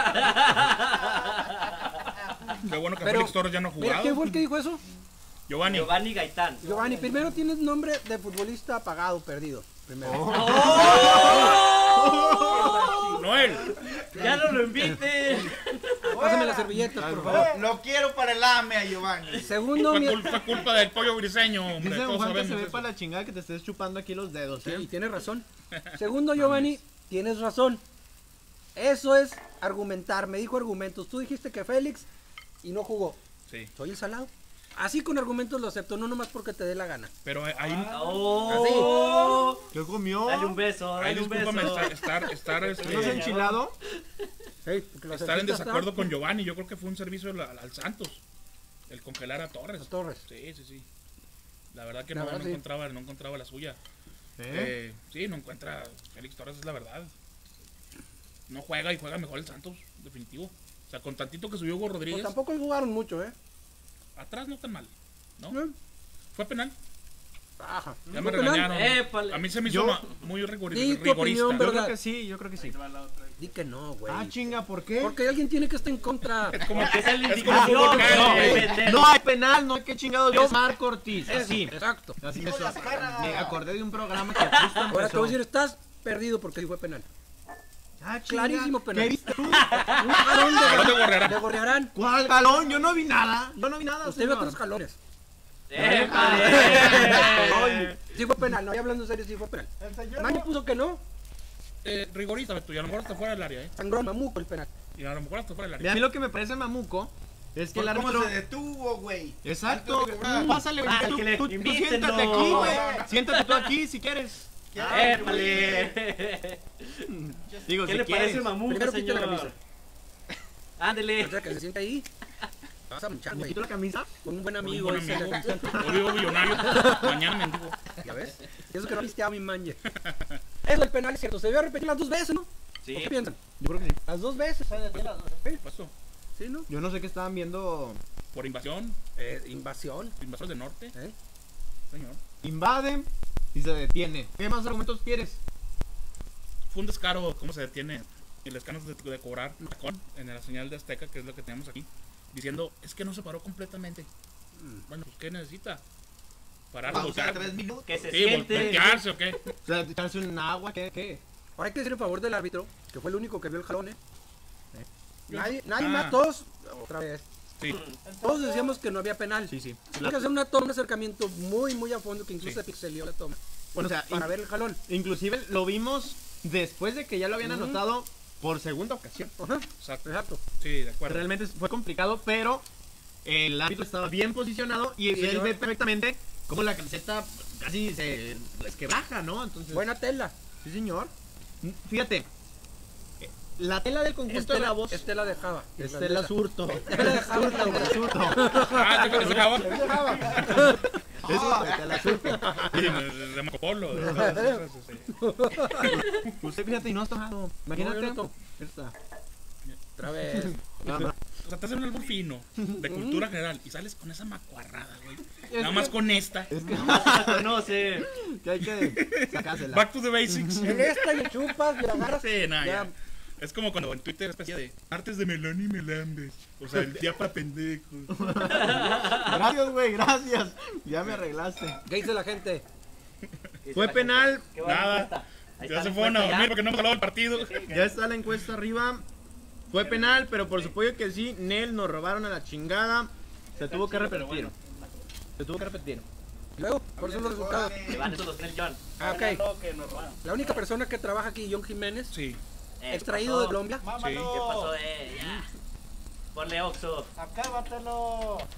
Speaker 4: Qué bueno que
Speaker 2: pero,
Speaker 4: Félix Torres ya no ha
Speaker 2: mira,
Speaker 4: jugado.
Speaker 2: ¿quién fue el que dijo eso?
Speaker 4: Giovanni.
Speaker 5: Giovanni Gaitán.
Speaker 2: Giovanni, primero tienes nombre de futbolista apagado, perdido. Primero.
Speaker 4: Noel.
Speaker 5: ¡Ya no lo inviten!
Speaker 2: Pásame las servilletas, por favor.
Speaker 3: Lo quiero para el AME a Giovanni.
Speaker 2: Segundo,
Speaker 4: Fue culpa del pollo briseño, hombre.
Speaker 1: Dice
Speaker 4: Todos
Speaker 1: Juan que se
Speaker 4: sabemos
Speaker 1: ve
Speaker 4: eso.
Speaker 1: para la chingada que te estés chupando aquí los dedos,
Speaker 2: sí, y
Speaker 1: ¿eh?
Speaker 2: tienes razón. Segundo, Giovanni, tienes razón. Eso es argumentar. Me dijo argumentos. Tú dijiste que Félix y no jugó.
Speaker 4: Sí,
Speaker 2: Soy el salado. Así con argumentos lo acepto, no nomás porque te dé la gana.
Speaker 4: pero ahí,
Speaker 5: ¡Oh!
Speaker 1: ¿Qué comió?
Speaker 5: Dale un beso,
Speaker 4: ahí
Speaker 5: dale un
Speaker 4: discúlpame
Speaker 5: beso.
Speaker 4: estar,
Speaker 1: ¿No es enchilado?
Speaker 2: Hey, porque lo
Speaker 4: estar en
Speaker 2: aceptas,
Speaker 4: desacuerdo
Speaker 2: ¿está?
Speaker 4: con Giovanni. Yo creo que fue un servicio al Santos. El congelar a Torres.
Speaker 2: A Torres.
Speaker 4: Sí. La verdad que
Speaker 2: La
Speaker 4: no,
Speaker 2: verdad,
Speaker 4: no
Speaker 2: sí.
Speaker 4: encontraba la suya.
Speaker 1: ¿Eh?
Speaker 4: Sí, no encuentra. Félix Torres es la verdad. No juega y juega mejor el Santos, definitivo. O sea, con tantito que subió Hugo
Speaker 2: Pues
Speaker 4: Rodríguez,
Speaker 2: tampoco jugaron mucho, ¿eh?
Speaker 4: atrás no tan mal. ¿No?
Speaker 2: ¿Eh?
Speaker 4: Fue penal.
Speaker 2: Ajá.
Speaker 4: Ya me
Speaker 2: ¿Fue penal?
Speaker 4: regañaron.
Speaker 5: Épale.
Speaker 4: A mí se me hizo
Speaker 1: Yo-
Speaker 4: muy
Speaker 2: Di tu
Speaker 4: rigorista.
Speaker 2: opinión,
Speaker 1: Yo
Speaker 2: ¿verdad?
Speaker 1: creo que sí, yo creo que sí.
Speaker 2: Di que no, güey.
Speaker 1: Ah, chinga, ¿por qué?
Speaker 2: Porque alguien tiene que estar en contra.
Speaker 5: Porque es el
Speaker 4: Es como
Speaker 5: indignación.
Speaker 4: fútbol,
Speaker 5: No,
Speaker 4: güey.
Speaker 5: pendejo.
Speaker 1: No hay penal, no hay que chingados. Yo, Marco Ortiz. Así.
Speaker 2: Exacto.
Speaker 1: Así me suena. Me acordé de un programa que justo
Speaker 2: Ahora te voy a
Speaker 1: empezó.
Speaker 2: decir, estás perdido porque sí fue penal.
Speaker 1: Ah, chinga.
Speaker 2: Clarísimo penal.
Speaker 1: ¿Qué viste tú?
Speaker 2: Un jalón
Speaker 4: Jalón de Gorriarán.
Speaker 2: de Gorriarán.
Speaker 1: ¿Cuál galón? Yo no vi nada. Yo no vi nada.
Speaker 2: Usted ve
Speaker 1: señor.
Speaker 2: otros jalones.
Speaker 5: ¡Épale!
Speaker 2: Sí fue penal, no, ya hablando en serio, sí fue penal. Maño puso que no.
Speaker 4: Rigorista, Beto, y a lo mejor hasta fuera del área, ¿eh?
Speaker 2: Sangró Mamuco el penal.
Speaker 4: Y a lo mejor hasta fuera del
Speaker 1: Mira, a
Speaker 4: área.
Speaker 1: mí lo que me parece mamuco es que el
Speaker 3: ¿Cómo
Speaker 1: árbitro.
Speaker 3: se detuvo, güey?
Speaker 1: Exacto.
Speaker 3: Antes de cobrar.
Speaker 1: Pásale, güey.
Speaker 5: Ah,
Speaker 1: Tú,
Speaker 5: que le
Speaker 1: tú
Speaker 5: invítenlo.
Speaker 1: siéntate aquí, güey. Siéntate tú aquí si quieres.
Speaker 5: ¡Épale!
Speaker 1: Digo,
Speaker 5: ¿Qué
Speaker 1: si
Speaker 5: le
Speaker 1: quieres.
Speaker 5: parece mamuca,
Speaker 2: Primero quita la
Speaker 5: señor?
Speaker 2: camisa.
Speaker 5: Ándele.
Speaker 2: O sea, que se siente ahí. Vas a muchar,
Speaker 1: ¿Me
Speaker 2: güey.
Speaker 1: quito la camisa?
Speaker 2: Con un buen
Speaker 4: Un
Speaker 2: amigo.
Speaker 4: buen
Speaker 2: ese,
Speaker 4: amigo.
Speaker 2: le-
Speaker 4: Hoy vivo millonario. Mañana mendigo.
Speaker 2: ¿Ya ves? Y eso que no viste a mi manje. Eso del penal es cierto. Se debió repetir las dos veces, ¿no?
Speaker 5: Sí.
Speaker 2: ¿Qué piensan?
Speaker 1: Yo creo que sí.
Speaker 2: Las dos veces.
Speaker 4: Pasó.
Speaker 2: ¿Sí, no?
Speaker 1: Yo no sé qué estaban viendo.
Speaker 4: Por invasión.
Speaker 2: Invasión.
Speaker 4: Invasores del norte.
Speaker 2: ¿Eh?
Speaker 4: Señor.
Speaker 1: Invaden y se detiene. ¿Qué más argumentos quieres?
Speaker 4: Fue un descaro cómo se detiene el escándalo de cobrar tacón en la señal de Azteca, que es lo que tenemos aquí, diciendo, es que no se paró completamente. Bueno, pues ¿qué necesita? Parar,
Speaker 3: Pausa
Speaker 4: voltear.
Speaker 3: 3 minutos.
Speaker 5: Que se
Speaker 4: Sí,
Speaker 5: siente.
Speaker 4: voltearse o qué.
Speaker 1: O sea, echarse un agua, ¿qué?
Speaker 2: Ahora hay que decir en favor del árbitro, que fue el único que vio el jalón, ¿eh? Nadie
Speaker 4: Ah.
Speaker 2: más, todos, otra vez.
Speaker 4: Sí.
Speaker 2: Todos decíamos que no había penal.
Speaker 1: Sí, sí.
Speaker 2: Hay que hacer una toma, un acercamiento muy, muy a fondo, que incluso
Speaker 4: Sí.
Speaker 2: se pixelió la toma.
Speaker 1: Bueno, o sea,
Speaker 2: Para ver el jalón.
Speaker 1: inclusive lo vimos después de que ya lo habían anotado por segunda ocasión.
Speaker 2: Ajá,
Speaker 4: Exacto.
Speaker 2: exacto.
Speaker 4: Sí, de acuerdo.
Speaker 1: Realmente fue complicado, pero el árbitro estaba bien posicionado y él
Speaker 2: señor.
Speaker 1: ve perfectamente cómo la camiseta casi se desquebraja, ¿no? Entonces,
Speaker 2: Buena tela.
Speaker 1: sí, señor. Fíjate, la tela del conjunto de la voz
Speaker 2: Estela dejaba.
Speaker 1: Estela Surto.
Speaker 2: Estela
Speaker 1: Surto.
Speaker 4: Ah, ¿te se acabó?
Speaker 1: Eso, Estela Surto.
Speaker 4: Sí, de Marco Polo.
Speaker 1: Usted fíjate y no has tomado. Imagínate.
Speaker 2: No, yo no tomo.
Speaker 1: Esta.
Speaker 2: Otra vez.
Speaker 1: Nada más.
Speaker 4: O sea, te hacen un álbum fino, de cultura general, y sales con esa macuarrada, güey.
Speaker 1: Es
Speaker 4: Nada más
Speaker 1: que-
Speaker 4: con esta.
Speaker 1: Es que,
Speaker 5: No se la conoce.
Speaker 1: que hay que sacársela.
Speaker 4: Back to the basics.
Speaker 2: En esta le chupas, le agarras.
Speaker 4: Sí, nada,
Speaker 2: ya.
Speaker 4: ya. Es como cuando en Twitter especie de artes de melón y melambes. O sea, el día para pendejos.
Speaker 1: Gracias, güey, gracias. Ya me arreglaste.
Speaker 2: ¿Qué dice la gente?
Speaker 1: Fue penal.
Speaker 5: ¿Qué va la
Speaker 4: Nada.
Speaker 5: encuesta? Ahí
Speaker 4: Ya
Speaker 5: está
Speaker 4: se
Speaker 5: la
Speaker 4: fueron a
Speaker 5: encuesta,
Speaker 4: dormir
Speaker 5: ya.
Speaker 4: porque no hemos hablado del partido.
Speaker 1: Ya está la encuesta arriba. Fue penal, pero por supuesto que sí. Nel nos robaron a la chingada. Se tuvo que repetir. Se tuvo que repetir.
Speaker 2: Luego, ¿cuáles son los resultados?
Speaker 5: Que van esos los tres John.
Speaker 2: Ah, ok. La única persona que trabaja aquí, John Jiménez,
Speaker 4: Sí.
Speaker 2: extraído de Colombia.
Speaker 4: Sí.
Speaker 5: ¿Qué pasó? Ya. Ponle Oxo.
Speaker 6: Acábatelo.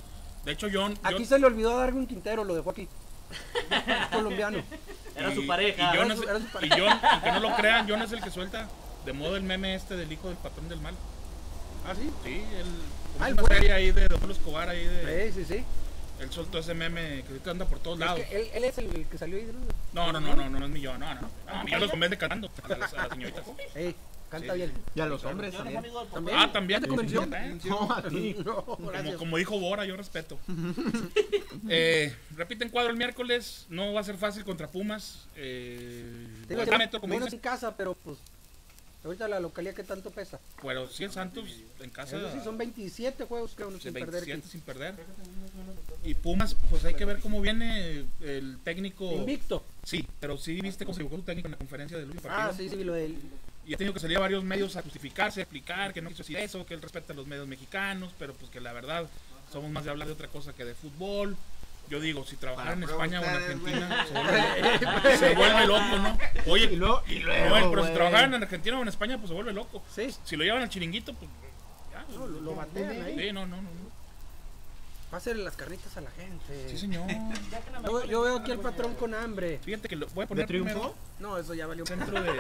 Speaker 4: De hecho, John...
Speaker 2: Aquí se le olvidó a Darwin Quintero, lo dejó aquí. Colombiano.
Speaker 5: Era su pareja.
Speaker 4: Y John,
Speaker 2: Era su
Speaker 4: y
Speaker 2: pareja.
Speaker 4: John, aunque no lo crean, John es el que suelta de modo el meme este del hijo del patrón del mal.
Speaker 2: ¿Ah, sí?
Speaker 4: Sí,
Speaker 2: Ah,
Speaker 4: una
Speaker 2: bueno.
Speaker 4: serie ahí de Don Pablo Escobar ahí de...
Speaker 2: Sí.
Speaker 4: Él soltó ese meme que ahorita anda por todos lados.
Speaker 2: Es que él es el que salió ahí.
Speaker 4: No es Millón, no. Millón los convence cantando a las señoritas.
Speaker 2: Canta
Speaker 4: Sí.
Speaker 2: bien.
Speaker 1: Y a los hombres también.
Speaker 2: ¿También?
Speaker 4: Ah, también.
Speaker 2: ¿Ya te convenció?
Speaker 4: También.
Speaker 1: No, a ti.
Speaker 2: No, gracias.
Speaker 4: Como dijo Bora, yo respeto. Repiten cuadro el miércoles. No va a ser fácil contra Pumas.
Speaker 2: Digo,
Speaker 4: Pues, Metro, como
Speaker 2: bueno,
Speaker 4: dices.
Speaker 2: en casa, pero pues ahorita la localidad que tanto pesa.
Speaker 4: Pero sí, el Santos en casa.
Speaker 2: Eso sí, son 27 juegos creo, sin perder.
Speaker 4: 27 sin perder. Y Pumas, pues hay que ver cómo viene el técnico.
Speaker 2: Invicto.
Speaker 4: Sí, pero sí viste cómo se equivocó su técnico en la conferencia del último partido.
Speaker 2: Ah, sí, lo del...
Speaker 4: Y ha tenido que salir a varios medios a justificarse, a explicar que no quiso decir eso, que él respeta a los medios mexicanos, pero pues que la verdad somos más de hablar de otra cosa que de fútbol. Yo digo, si trabajara en España o en Argentina se vuelve loco, ¿no? Oye,
Speaker 1: Y luego,
Speaker 4: Noel, pero si
Speaker 1: güey.
Speaker 4: trabajaran en Argentina o en España, pues se vuelve loco.
Speaker 2: Sí,
Speaker 4: Si lo llevan al chiringuito, pues ya.
Speaker 2: no, lo batean ahí.
Speaker 4: Sí, no.
Speaker 2: Va a hacer las carnitas a la gente.
Speaker 4: Sí, señor.
Speaker 2: Yo veo aquí al patrón con hambre.
Speaker 4: Fíjate que lo voy a
Speaker 1: ¿De
Speaker 4: poner
Speaker 1: triunfo?
Speaker 4: primero
Speaker 2: No, eso ya valió.
Speaker 4: dentro de...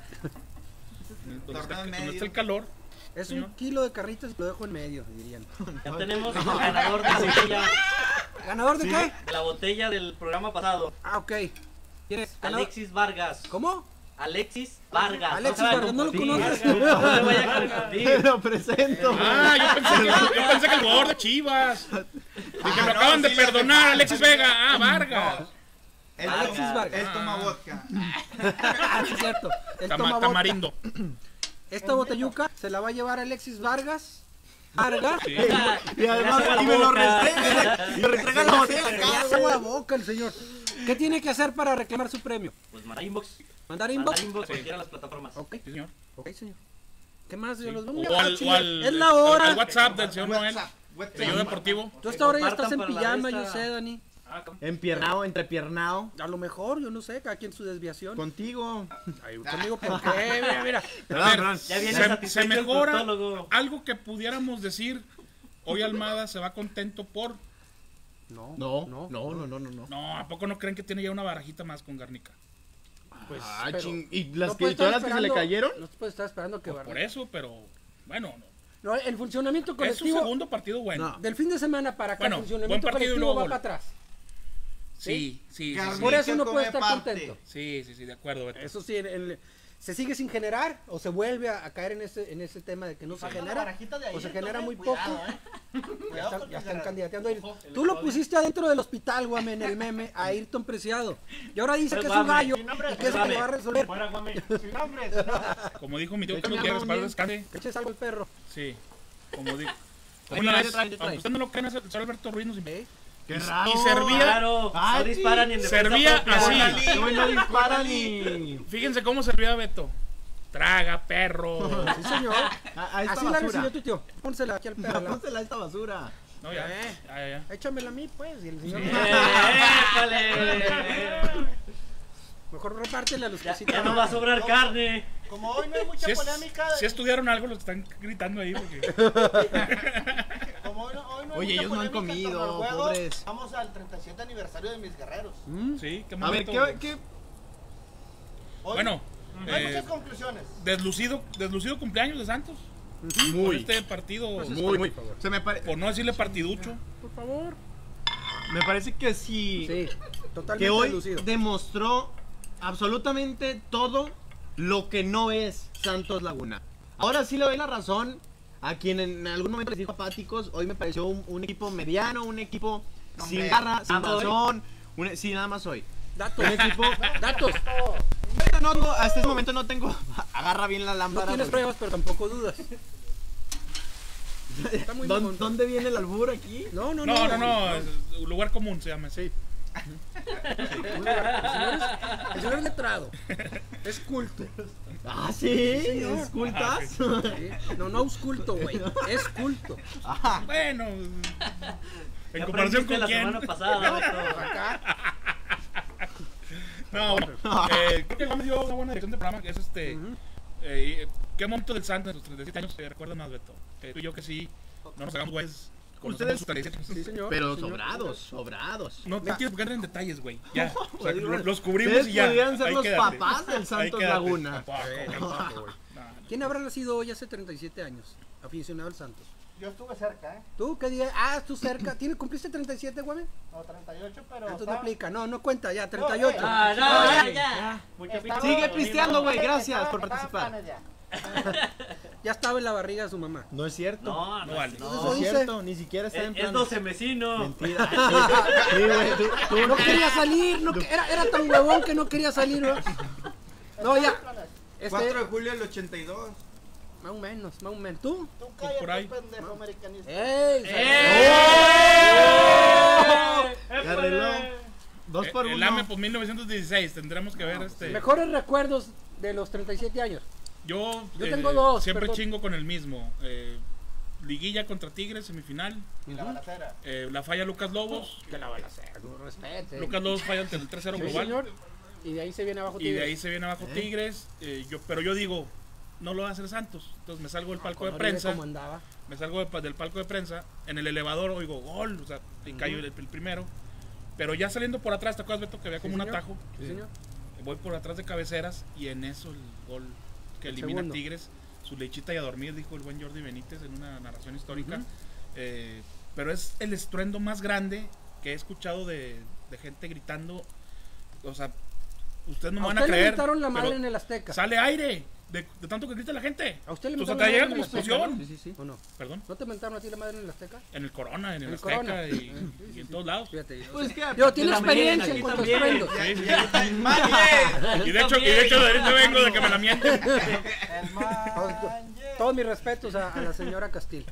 Speaker 4: donde está el calor.
Speaker 2: Es
Speaker 4: señor.
Speaker 2: 1 kilo de carnitas y lo dejo en medio, dirían.
Speaker 5: Ya tenemos el ganador de la botella,
Speaker 2: ¿Ganador de qué?
Speaker 5: de la botella del programa pasado.
Speaker 2: Ah, ok. ¿Quién es? ¿Ganador?
Speaker 5: Alexis Vargas.
Speaker 2: ¿Cómo?
Speaker 5: Alexis Vargas.
Speaker 2: Alexis
Speaker 5: No se
Speaker 2: Vargas, no lo
Speaker 5: confundir.
Speaker 2: conoces.
Speaker 5: No le vaya a
Speaker 1: Te
Speaker 5: confundir.
Speaker 1: lo presento.
Speaker 4: Ah, yo pensé que el jugador de Chivas. Dije, lo acaban de perdonar, Alexis Vega. Ah, Vargas.
Speaker 2: Alexis Vargas.
Speaker 3: Él toma vodka.
Speaker 2: Ah, sí, es cierto. Él toma vodka.
Speaker 4: Tamarindo.
Speaker 2: Esta botelluca se la va a llevar Alexis Vargas. Vargas.
Speaker 4: Sí.
Speaker 1: Y además, y me lo restrega. Y me restrega la botella.
Speaker 2: Ya se la boca el señor. ¿Qué tiene que hacer para reclamar su premio?
Speaker 5: Pues mandar inbox.
Speaker 2: ¿Mandar inbox?
Speaker 5: Mandar inbox cualquiera de las plataformas.
Speaker 2: Ok,
Speaker 4: Sí, señor.
Speaker 2: ok, señor. ¿Qué más? Yo los
Speaker 4: O
Speaker 2: veo.
Speaker 4: al,
Speaker 2: Es la hora.
Speaker 4: al WhatsApp del señor Noel.
Speaker 3: WhatsApp.
Speaker 4: Sello deportivo.
Speaker 2: Tú hasta ahora ya
Speaker 5: Compartan
Speaker 2: estás en
Speaker 5: para la
Speaker 2: pijama,
Speaker 5: lista.
Speaker 2: yo sé, Dani.
Speaker 1: Empiernado, entrepiernado.
Speaker 2: A lo mejor, yo no sé, cada quien su desviación.
Speaker 1: Contigo.
Speaker 2: Ay, conmigo, ¿por qué? Mira.
Speaker 4: A ver,
Speaker 5: Ya viene
Speaker 4: se
Speaker 5: satisfecho el
Speaker 4: mejora
Speaker 5: proctólogo.
Speaker 4: algo que pudiéramos decir. Hoy Almada se va contento por...
Speaker 2: No,
Speaker 1: No.
Speaker 4: No, ¿a poco no creen que tiene ya una barajita más con Garnica?
Speaker 2: Pues,
Speaker 1: Ah,
Speaker 2: pero
Speaker 1: ching. ¿Y las
Speaker 2: no
Speaker 1: que,
Speaker 2: puedes
Speaker 1: todas
Speaker 2: estar
Speaker 1: las que se le
Speaker 2: esperando-
Speaker 1: cayeron?
Speaker 2: No se puede estar esperando que
Speaker 4: Por
Speaker 2: Vargas.
Speaker 4: eso, pero bueno,
Speaker 2: No, el funcionamiento
Speaker 4: es su
Speaker 2: colectivo
Speaker 4: segundo partido bueno.
Speaker 1: No.
Speaker 2: del fin de semana para acá,
Speaker 4: Bueno,
Speaker 2: el funcionamiento
Speaker 4: buen partido y
Speaker 2: colectivo
Speaker 4: luego
Speaker 2: va
Speaker 4: gol.
Speaker 2: para atrás.
Speaker 4: Sí.
Speaker 2: Por eso no
Speaker 3: come
Speaker 2: puede estar
Speaker 3: parte.
Speaker 2: contento.
Speaker 4: Sí, de acuerdo, Beto.
Speaker 2: Eso sí, se sigue sin generar o se vuelve a caer en ese tema de que no se genera o se genera muy poco. Ya están candidateando a Ayrton. Tú lo pusiste adentro del hospital, Guame, en el meme, a Ayrton Preciado. Y ahora dice que es un gallo y que eso te va a resolver.
Speaker 4: Como dijo mi tío Carlos Gutiérrez, para descanse.
Speaker 2: Que eches algo al perro.
Speaker 4: Sí, como dijo.
Speaker 1: Ahí
Speaker 4: Una
Speaker 1: trae,
Speaker 4: vez,
Speaker 1: trae, trae.
Speaker 4: aunque usted no lo cree, el señor Alberto Ruiz nos invitó.
Speaker 1: Qué
Speaker 4: Y
Speaker 1: raro.
Speaker 4: servía-
Speaker 5: Claro,
Speaker 1: Ay,
Speaker 5: no disparan ni en defensa
Speaker 4: servía
Speaker 5: propia.
Speaker 4: así.
Speaker 1: Qué bueno disparan y...
Speaker 4: Fíjense cómo servía Beto. Traga, perro.
Speaker 2: Sí, señor.
Speaker 1: A esta
Speaker 2: Así la
Speaker 1: basura.
Speaker 2: recibió tu tío. Pónsela aquí al perro.
Speaker 1: Pónsela a esta basura.
Speaker 4: No, ya.
Speaker 2: Échamela a mí, pues. Y el señor.
Speaker 5: ¡Épale!
Speaker 2: Mejor repártela a los
Speaker 5: Ya,
Speaker 2: cositas.
Speaker 5: ya no va a sobrar carne.
Speaker 6: Como hoy no hay mucha polémica,
Speaker 4: Si estudiaron algo, lo están gritando ahí. Porque...
Speaker 6: como hoy no hay
Speaker 1: Oye,
Speaker 6: mucha
Speaker 1: ellos no han
Speaker 6: polémica en torno
Speaker 1: comido,
Speaker 6: al juego,
Speaker 1: pobres.
Speaker 6: vamos al 37 aniversario de mis guerreros.
Speaker 4: Sí, qué
Speaker 1: A ver,
Speaker 4: momento.
Speaker 1: ¿qué?
Speaker 6: Hoy
Speaker 4: Bueno,
Speaker 6: no hay muchas conclusiones.
Speaker 4: deslucido cumpleaños de Santos. Por
Speaker 1: Muy,
Speaker 4: este partido,
Speaker 1: muy. Se
Speaker 4: por no decirle partiducho.
Speaker 2: Por favor.
Speaker 1: me parece que sí,
Speaker 2: Sí, totalmente
Speaker 1: que hoy
Speaker 2: lucido.
Speaker 1: demostró absolutamente todo lo que no es Santos Laguna. Ahora sí le doy la razón a quien en algún momento les dijo apáticos. Hoy me pareció un equipo mediano, un equipo sin garra, sin razón. Sí, nada más hoy.
Speaker 2: Datos.
Speaker 1: Un equipo...
Speaker 2: Datos.
Speaker 1: Hasta este momento no tengo... Agarra bien la
Speaker 2: No
Speaker 1: lámpara.
Speaker 2: tienes
Speaker 1: porque-
Speaker 2: pruebas, pero tampoco dudas. Está muy mamón.
Speaker 1: ¿Dónde viene el albur aquí?
Speaker 2: No.
Speaker 4: Es un lugar común se llama. Sí.
Speaker 2: Un lugar- el señor es letrado. Es culto.
Speaker 1: Ah, sí,
Speaker 2: señor.
Speaker 1: ¿es cultas?
Speaker 2: ¿Sí? No ausculto, güey. Es culto.
Speaker 1: Ajá.
Speaker 4: Bueno,
Speaker 5: ¿Qué
Speaker 4: en comparación
Speaker 5: aprendiste
Speaker 4: con
Speaker 5: la
Speaker 4: quién.
Speaker 5: semana pasada, Beto?
Speaker 2: Acá.
Speaker 4: No, bueno, creo que me dio una buena dirección de programa, que es ¿qué momento del Santos en los 37 años te recuerdas más, Beto? Tú y yo que sí, no nos hagamos güeyes
Speaker 1: ustedes,
Speaker 4: sus 37.
Speaker 2: Sí, señor.
Speaker 1: pero
Speaker 2: sí, señor.
Speaker 1: sobrados.
Speaker 4: No te quiero entrar en detalles, güey. Ya. O sea,
Speaker 1: Digo,
Speaker 4: los cubrimos
Speaker 1: ustedes
Speaker 4: y ya.
Speaker 1: podrían ser
Speaker 4: Ahí
Speaker 1: los
Speaker 4: quédate.
Speaker 1: papás del
Speaker 4: Ahí
Speaker 1: Santos
Speaker 4: quédate.
Speaker 1: Laguna.
Speaker 4: Tampoco, güey. No.
Speaker 2: ¿Quién habrá nacido hoy hace 37 años? Aficionado al Santos.
Speaker 6: Yo estuve cerca, ¿eh?
Speaker 2: ¿Tú qué día? Tú cerca. ¿Cumpliste 37, güey?
Speaker 6: No, 38, pero.
Speaker 2: Entonces no
Speaker 6: estaba-
Speaker 2: aplica. No cuenta, ya, 38.
Speaker 5: Ya.
Speaker 1: Sigue pisteando, güey,
Speaker 6: Estaba-
Speaker 1: gracias por
Speaker 6: estaba
Speaker 1: participar.
Speaker 6: planes ya.
Speaker 2: Ya estaba en la barriga de su mamá.
Speaker 1: No es cierto.
Speaker 5: No,
Speaker 4: No vale.
Speaker 1: No
Speaker 2: Eso
Speaker 1: es
Speaker 2: dice.
Speaker 1: cierto, ni siquiera está en
Speaker 5: Es
Speaker 1: plan.
Speaker 5: 12 mesino.
Speaker 1: Mentira. Sí, güey, tú
Speaker 2: No quería salir, era tan huevón que no quería salir, ¿no? No, ya.
Speaker 3: 4 de julio del 82.
Speaker 2: Más o menos. ¿Tú?
Speaker 6: Tú
Speaker 4: por ahí.
Speaker 6: cállate, pendejo americanista.
Speaker 2: ¡Ey!
Speaker 1: Ya arregló. 2 por
Speaker 4: El
Speaker 1: 1.
Speaker 4: AME, pues 1916. Tendremos que ver
Speaker 2: Mejores recuerdos de los 37 años.
Speaker 4: Yo
Speaker 2: tengo dos,
Speaker 4: siempre
Speaker 2: perdón.
Speaker 4: chingo con el mismo. Liguilla contra Tigres, semifinal.
Speaker 6: Y la balacera.
Speaker 4: La falla Lucas Lobos.
Speaker 2: Que la van a hacer, no respete.
Speaker 4: Lucas Lobos falla ante el 3-0
Speaker 2: Sí,
Speaker 4: global.
Speaker 2: señor. Y de ahí se viene abajo
Speaker 4: Y de
Speaker 2: Tigres.
Speaker 4: ahí se viene abajo Tigres. Pero yo digo, no lo va a hacer Santos. Entonces me salgo del palco de prensa.
Speaker 2: Como andaba.
Speaker 4: Me salgo del palco de prensa. En el elevador oigo gol. O sea, y cayó el primero. Pero ya saliendo por atrás, ¿te acuerdas, Beto? Que había como un
Speaker 2: señor.
Speaker 4: atajo.
Speaker 2: Sí, señor.
Speaker 4: Voy por atrás de cabeceras y en eso el gol que
Speaker 2: El
Speaker 4: elimina
Speaker 2: segundo.
Speaker 4: a Tigres. Su lechita y a dormir, dijo el buen Jordi Benítez en una narración histórica. Pero es el estruendo más grande que he escuchado de gente gritando. O sea, ustedes no me van a
Speaker 2: usted le
Speaker 4: creer.
Speaker 2: gritaron la madre
Speaker 4: pero
Speaker 2: en el Azteca.
Speaker 4: sale aire de tanto que grita la gente.
Speaker 2: ¿A usted le
Speaker 4: O sea,
Speaker 2: mentaron
Speaker 4: te
Speaker 2: la
Speaker 4: llega
Speaker 2: madre en
Speaker 4: como
Speaker 2: el Azteca?
Speaker 4: explosión.
Speaker 2: Sí. ¿O no?
Speaker 4: Perdón.
Speaker 2: ¿No te mentaron a ti la madre en el Azteca?
Speaker 4: En el Corona, en el
Speaker 2: el
Speaker 4: Azteca
Speaker 2: Corona.
Speaker 4: y en todos lados.
Speaker 2: Fíjate.
Speaker 1: Pues que
Speaker 2: Tiene
Speaker 1: la
Speaker 2: experiencia en
Speaker 1: aquí
Speaker 2: cuanto a
Speaker 1: también.
Speaker 2: estruendos.
Speaker 4: Sí, sí. Y de hecho de ahorita vengo de que me la mienten.
Speaker 6: El man.
Speaker 2: Todos mis respetos a la señora Castil.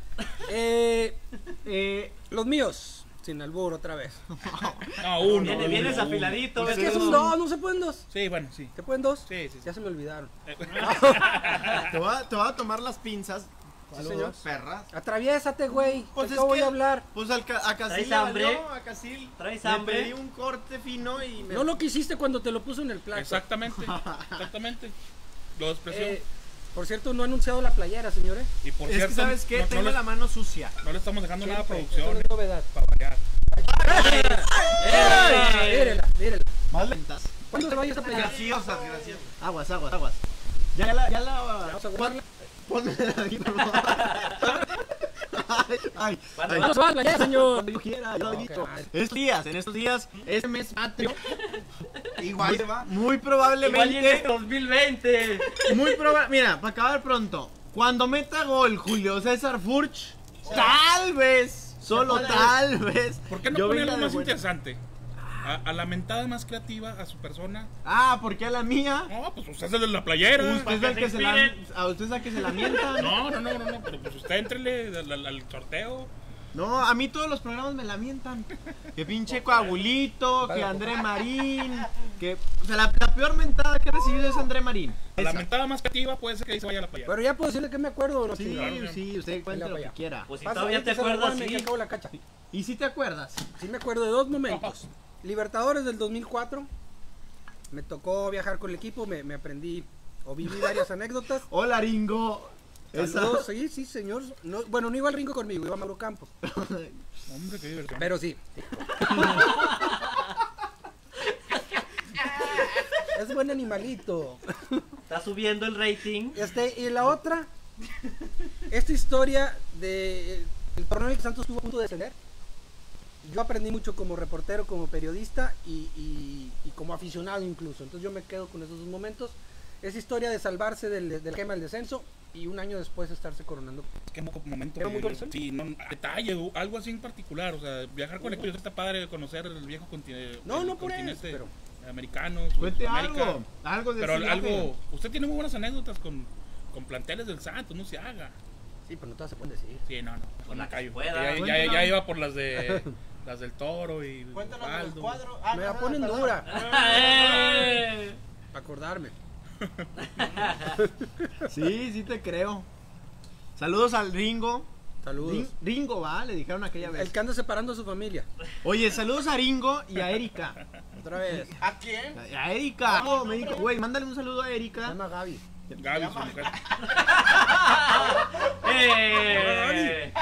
Speaker 2: Los míos, sin albur otra vez.
Speaker 4: No, uno.
Speaker 5: Vienes afiladito.
Speaker 2: Es que
Speaker 5: Beto.
Speaker 2: son dos, no se pueden dos.
Speaker 4: Sí, bueno, sí.
Speaker 2: ¿Se pueden dos?
Speaker 4: Sí.
Speaker 2: Ya se me olvidaron.
Speaker 1: Te voy a tomar las pinzas.
Speaker 2: señor.
Speaker 3: Perras.
Speaker 2: Atraviésate, güey.
Speaker 1: Pues
Speaker 2: Te
Speaker 1: es
Speaker 2: acabo
Speaker 1: que-
Speaker 2: de hablar.
Speaker 1: Pues a Casil
Speaker 5: ¿Traes
Speaker 1: le
Speaker 5: hambre?
Speaker 1: valió, a Casil.
Speaker 5: ¿Traes
Speaker 1: le
Speaker 5: hambre?
Speaker 1: pedí un corte fino y me...
Speaker 2: No lo quisiste cuando te lo puso en el plato.
Speaker 4: Exactamente. Lo expresó.
Speaker 2: Por cierto, no ha anunciado la playera, señores.
Speaker 4: Y por
Speaker 1: Es que,
Speaker 4: cierto,
Speaker 1: ¿sabes qué?
Speaker 4: no
Speaker 1: Tengo
Speaker 4: le,
Speaker 1: la mano sucia.
Speaker 4: no le estamos dejando nada a
Speaker 2: Siempre,
Speaker 4: producción.
Speaker 2: eso no es novedad.
Speaker 4: Para variar.
Speaker 2: Mírela.
Speaker 1: Más lentas.
Speaker 2: ¿Cuándo se vaya esa playera?
Speaker 3: Graciosas, graciosas.
Speaker 1: Aguas. Ya la...
Speaker 2: Vamos a guardarla.
Speaker 1: Pónmela aquí, por favor. Ay.
Speaker 2: ¿Cuándo se va la playera, señor?
Speaker 1: Cuando yo quiera, yo lo
Speaker 2: Ok,
Speaker 1: digo.
Speaker 2: ay.
Speaker 1: En estos días, este mes patrio,
Speaker 3: Igual se va.
Speaker 1: muy
Speaker 5: Igual
Speaker 1: probablemente,
Speaker 5: viene 2020.
Speaker 1: mira, para acabar pronto, cuando meta gol Julio César Furch, tal vez, solo tal vez,
Speaker 4: ¿Por qué no
Speaker 1: yo
Speaker 4: poner
Speaker 1: venga
Speaker 4: algo
Speaker 1: de
Speaker 4: más
Speaker 1: buena-
Speaker 4: interesante? A la mentada más creativa, a su persona.
Speaker 1: Ah, ¿por qué a la mía?
Speaker 4: No, pues usted es el de la playera.
Speaker 1: Usted es el que se la, a usted es el que se la mienta.
Speaker 4: No, pero pues usted entrele al sorteo.
Speaker 1: No, a mí todos los programas me la mientan. Que pinche Coagulito, que André Marín, que... O sea, la peor mentada que he recibido es André Marín.
Speaker 4: La
Speaker 1: Esa.
Speaker 4: mentada más creativa puede ser que ahí se vaya a la playera.
Speaker 2: Pero ya puedo decirle que me acuerdo, ¿o no?
Speaker 1: Sí,
Speaker 2: chingada?
Speaker 4: claro,
Speaker 1: sí, usted cuente
Speaker 2: Venga
Speaker 1: lo
Speaker 2: para
Speaker 1: que
Speaker 2: allá.
Speaker 1: quiera.
Speaker 5: Pues si
Speaker 2: Pasa,
Speaker 5: todavía te
Speaker 2: ahorita se la
Speaker 5: acuerdas,
Speaker 2: guardo, me
Speaker 5: sí.
Speaker 2: acabo la cacha.
Speaker 1: ¿Y si te acuerdas?
Speaker 2: Sí me acuerdo de dos momentos. Libertadores del 2004. Me tocó viajar con el equipo, me aprendí o viví varias anécdotas.
Speaker 1: Hola, Ringo.
Speaker 2: Saludos, sí, señor. No, bueno, no iba el Ringo conmigo, iba Mauro Campos.
Speaker 4: Hombre, qué diversión.
Speaker 2: Pero sí. Es buen animalito.
Speaker 5: Está subiendo el rating.
Speaker 2: Y la otra, esta historia de el torneo que Santos estuvo a punto de descender. Yo aprendí mucho como reportero, como periodista y como aficionado incluso. Entonces yo me quedo con esos dos momentos. Esa historia de salvarse del quema del descenso y un año después estarse coronando.
Speaker 4: Qué momento.
Speaker 2: ¿Era muy corazón?
Speaker 4: Sí, no, detalle, algo así en particular. O sea, viajar con el equipo está padre conocer el viejo continente.
Speaker 2: No por eso, pero...
Speaker 4: Americanos.
Speaker 1: Cuente
Speaker 4: Sudamérica.
Speaker 1: algo de
Speaker 4: Pero
Speaker 1: ese viaje.
Speaker 4: algo. Usted tiene muy buenas anécdotas con planteles del Santos, no se haga.
Speaker 2: Sí, pero no todas se pueden decir.
Speaker 4: Sí, no,
Speaker 5: Con la
Speaker 4: me
Speaker 5: que
Speaker 4: callo.
Speaker 5: pueda.
Speaker 4: Ya iba por las de las del Toro y
Speaker 6: Cuéntanos de los
Speaker 4: Osvaldo.
Speaker 6: cuadros.
Speaker 2: Me la ponen
Speaker 6: perdón.
Speaker 2: dura.
Speaker 5: ¡Eh!
Speaker 2: Acordarme.
Speaker 1: Sí te creo. Saludos al Ringo.
Speaker 2: Saludos.
Speaker 1: Ringo, va, le dijeron aquella vez.
Speaker 2: El que anda separando a su familia.
Speaker 1: Oye, saludos a Ringo y a Erika.
Speaker 2: Otra vez.
Speaker 6: ¿A quién?
Speaker 1: A Erika. Oh, me dijo, güey, mándale un saludo a
Speaker 2: Se
Speaker 1: Erika.
Speaker 2: llama Gaby.
Speaker 4: Gaby, su mujer.
Speaker 5: ¡Eh!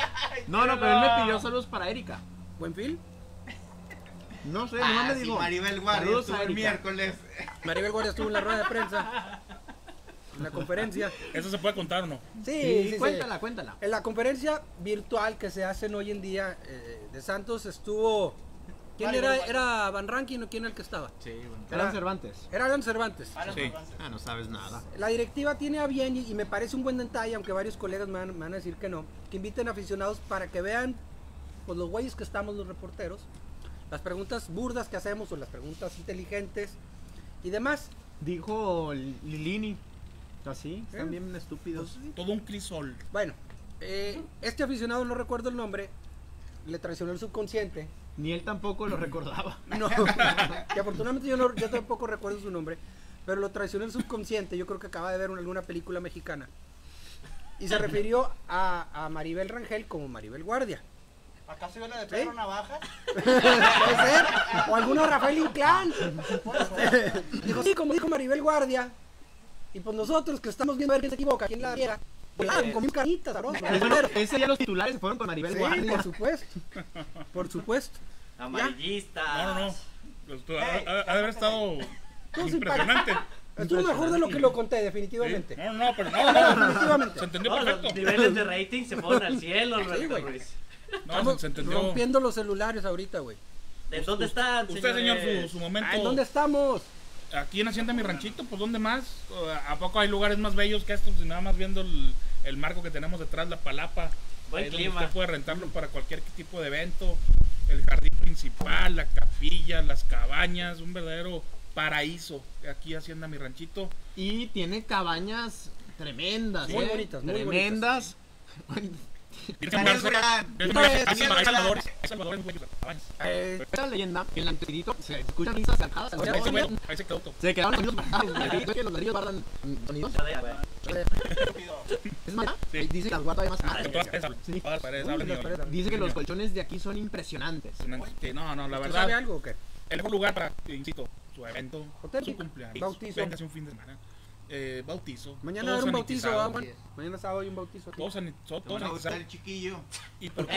Speaker 1: No, pero él me pidió saludos para Erika.
Speaker 2: ¿Buenfil?
Speaker 1: No sé, no me
Speaker 3: sí,
Speaker 1: dijo.
Speaker 3: Maribel Guardia
Speaker 1: Saludos
Speaker 3: estuvo
Speaker 1: a
Speaker 3: el
Speaker 1: Erika.
Speaker 3: miércoles.
Speaker 2: Maribel Guardia estuvo en la rueda de prensa. En la conferencia.
Speaker 4: ¿Eso se puede contar o no?
Speaker 2: Sí.
Speaker 1: Cuéntala.
Speaker 2: En la conferencia virtual que se hacen hoy en día de Santos estuvo... ¿Quién era? ¿Era Van Rankin o quién era el que estaba?
Speaker 1: Sí, eran Cervantes.
Speaker 2: Era Alan Cervantes.
Speaker 4: Sí.
Speaker 1: Ah, no sabes nada.
Speaker 2: La directiva tiene a bien, y me parece un buen detalle, aunque varios colegas me van a decir que no, que inviten aficionados para que vean, pues los güeyes que estamos los reporteros, las preguntas burdas que hacemos o las preguntas inteligentes y demás.
Speaker 1: Dijo Lilini. Así, están bien estúpidos.
Speaker 4: Todo un crisol.
Speaker 2: Bueno, este aficionado, no recuerdo el nombre, le traicionó el subconsciente.
Speaker 1: Ni él tampoco lo recordaba.
Speaker 2: No, que afortunadamente yo tampoco recuerdo su nombre, pero lo traicionó el subconsciente. Yo creo que acaba de ver alguna película mexicana. Y se refirió a Maribel Rangel como Maribel Guardia.
Speaker 6: ¿Acaso yo la de Pedro Navajas?
Speaker 2: Puede ser. O alguno Rafael Inclán. Dijo, sí, como dijo Maribel Guardia. Y pues nosotros que estamos viendo a ver quién se equivoca, quién la riega. Con mil caritas, sabroso.
Speaker 1: Ese ya los titulares se fueron con Maribel
Speaker 2: Sí,
Speaker 1: Guardia.
Speaker 2: por supuesto. Por supuesto.
Speaker 5: Amarillistas.
Speaker 4: No. Ha de haber estado impresionante.
Speaker 2: Estuvo mejor de lo que lo conté, definitivamente.
Speaker 4: Sí. No, pero
Speaker 2: Definitivamente.
Speaker 4: se entendió
Speaker 5: No, los
Speaker 4: perfecto.
Speaker 5: niveles de rating se fueron al cielo,
Speaker 2: Sí,
Speaker 5: Alberto
Speaker 2: güey.
Speaker 5: Ruiz.
Speaker 4: No,
Speaker 2: Estamos
Speaker 4: se entendió.
Speaker 2: rompiendo los celulares ahorita, güey.
Speaker 5: ¿De dónde están,
Speaker 4: Usted, señor,
Speaker 5: señores?
Speaker 4: su momento.
Speaker 2: ¿En dónde estamos?
Speaker 4: Aquí en Hacienda Mi Ranchito, pues ¿dónde más? ¿A poco hay lugares más bellos que estos? Y nada más viendo el marco que tenemos detrás, la palapa.
Speaker 5: Buen
Speaker 4: Ahí donde
Speaker 5: clima.
Speaker 4: usted puede rentarlo para cualquier tipo de evento. El jardín principal, la capilla, las cabañas, un verdadero paraíso. Aquí Hacienda Mi Ranchito.
Speaker 1: Y tiene cabañas tremendas.
Speaker 2: Muy bonitas, muy
Speaker 1: tremendas.
Speaker 4: Hay salvadores muy buenos, cabañas.
Speaker 1: Esta leyenda, en la antiguito, se escuchan risas sacadas.
Speaker 4: Ahí se quedó todo.
Speaker 1: Se quedaron los sonidos. Que los ladrillos guardan sonidos. Es más,
Speaker 4: Sí.
Speaker 1: dice que las guarda además más.
Speaker 4: Que todas las paredes hablan
Speaker 2: las
Speaker 4: y
Speaker 2: paredes hablan.
Speaker 1: Dice que los colchones de aquí son impresionantes.
Speaker 4: Sí, no, la
Speaker 2: ¿Usted
Speaker 4: verdad.
Speaker 2: sabe algo o qué?
Speaker 4: El mejor lugar para, insisto, su evento,
Speaker 2: Hotel,
Speaker 4: su cumpleaños,
Speaker 2: bautizo.
Speaker 4: véngase un fin de semana, bautizo.
Speaker 2: Mañana
Speaker 4: todo
Speaker 2: era un bautizo,
Speaker 4: sanitizado,
Speaker 2: Juan. Mañana sábado hay un bautizo. aquí.
Speaker 4: todo
Speaker 3: Te van a gustar
Speaker 4: sanitizado.
Speaker 3: el chiquillo.
Speaker 4: Y por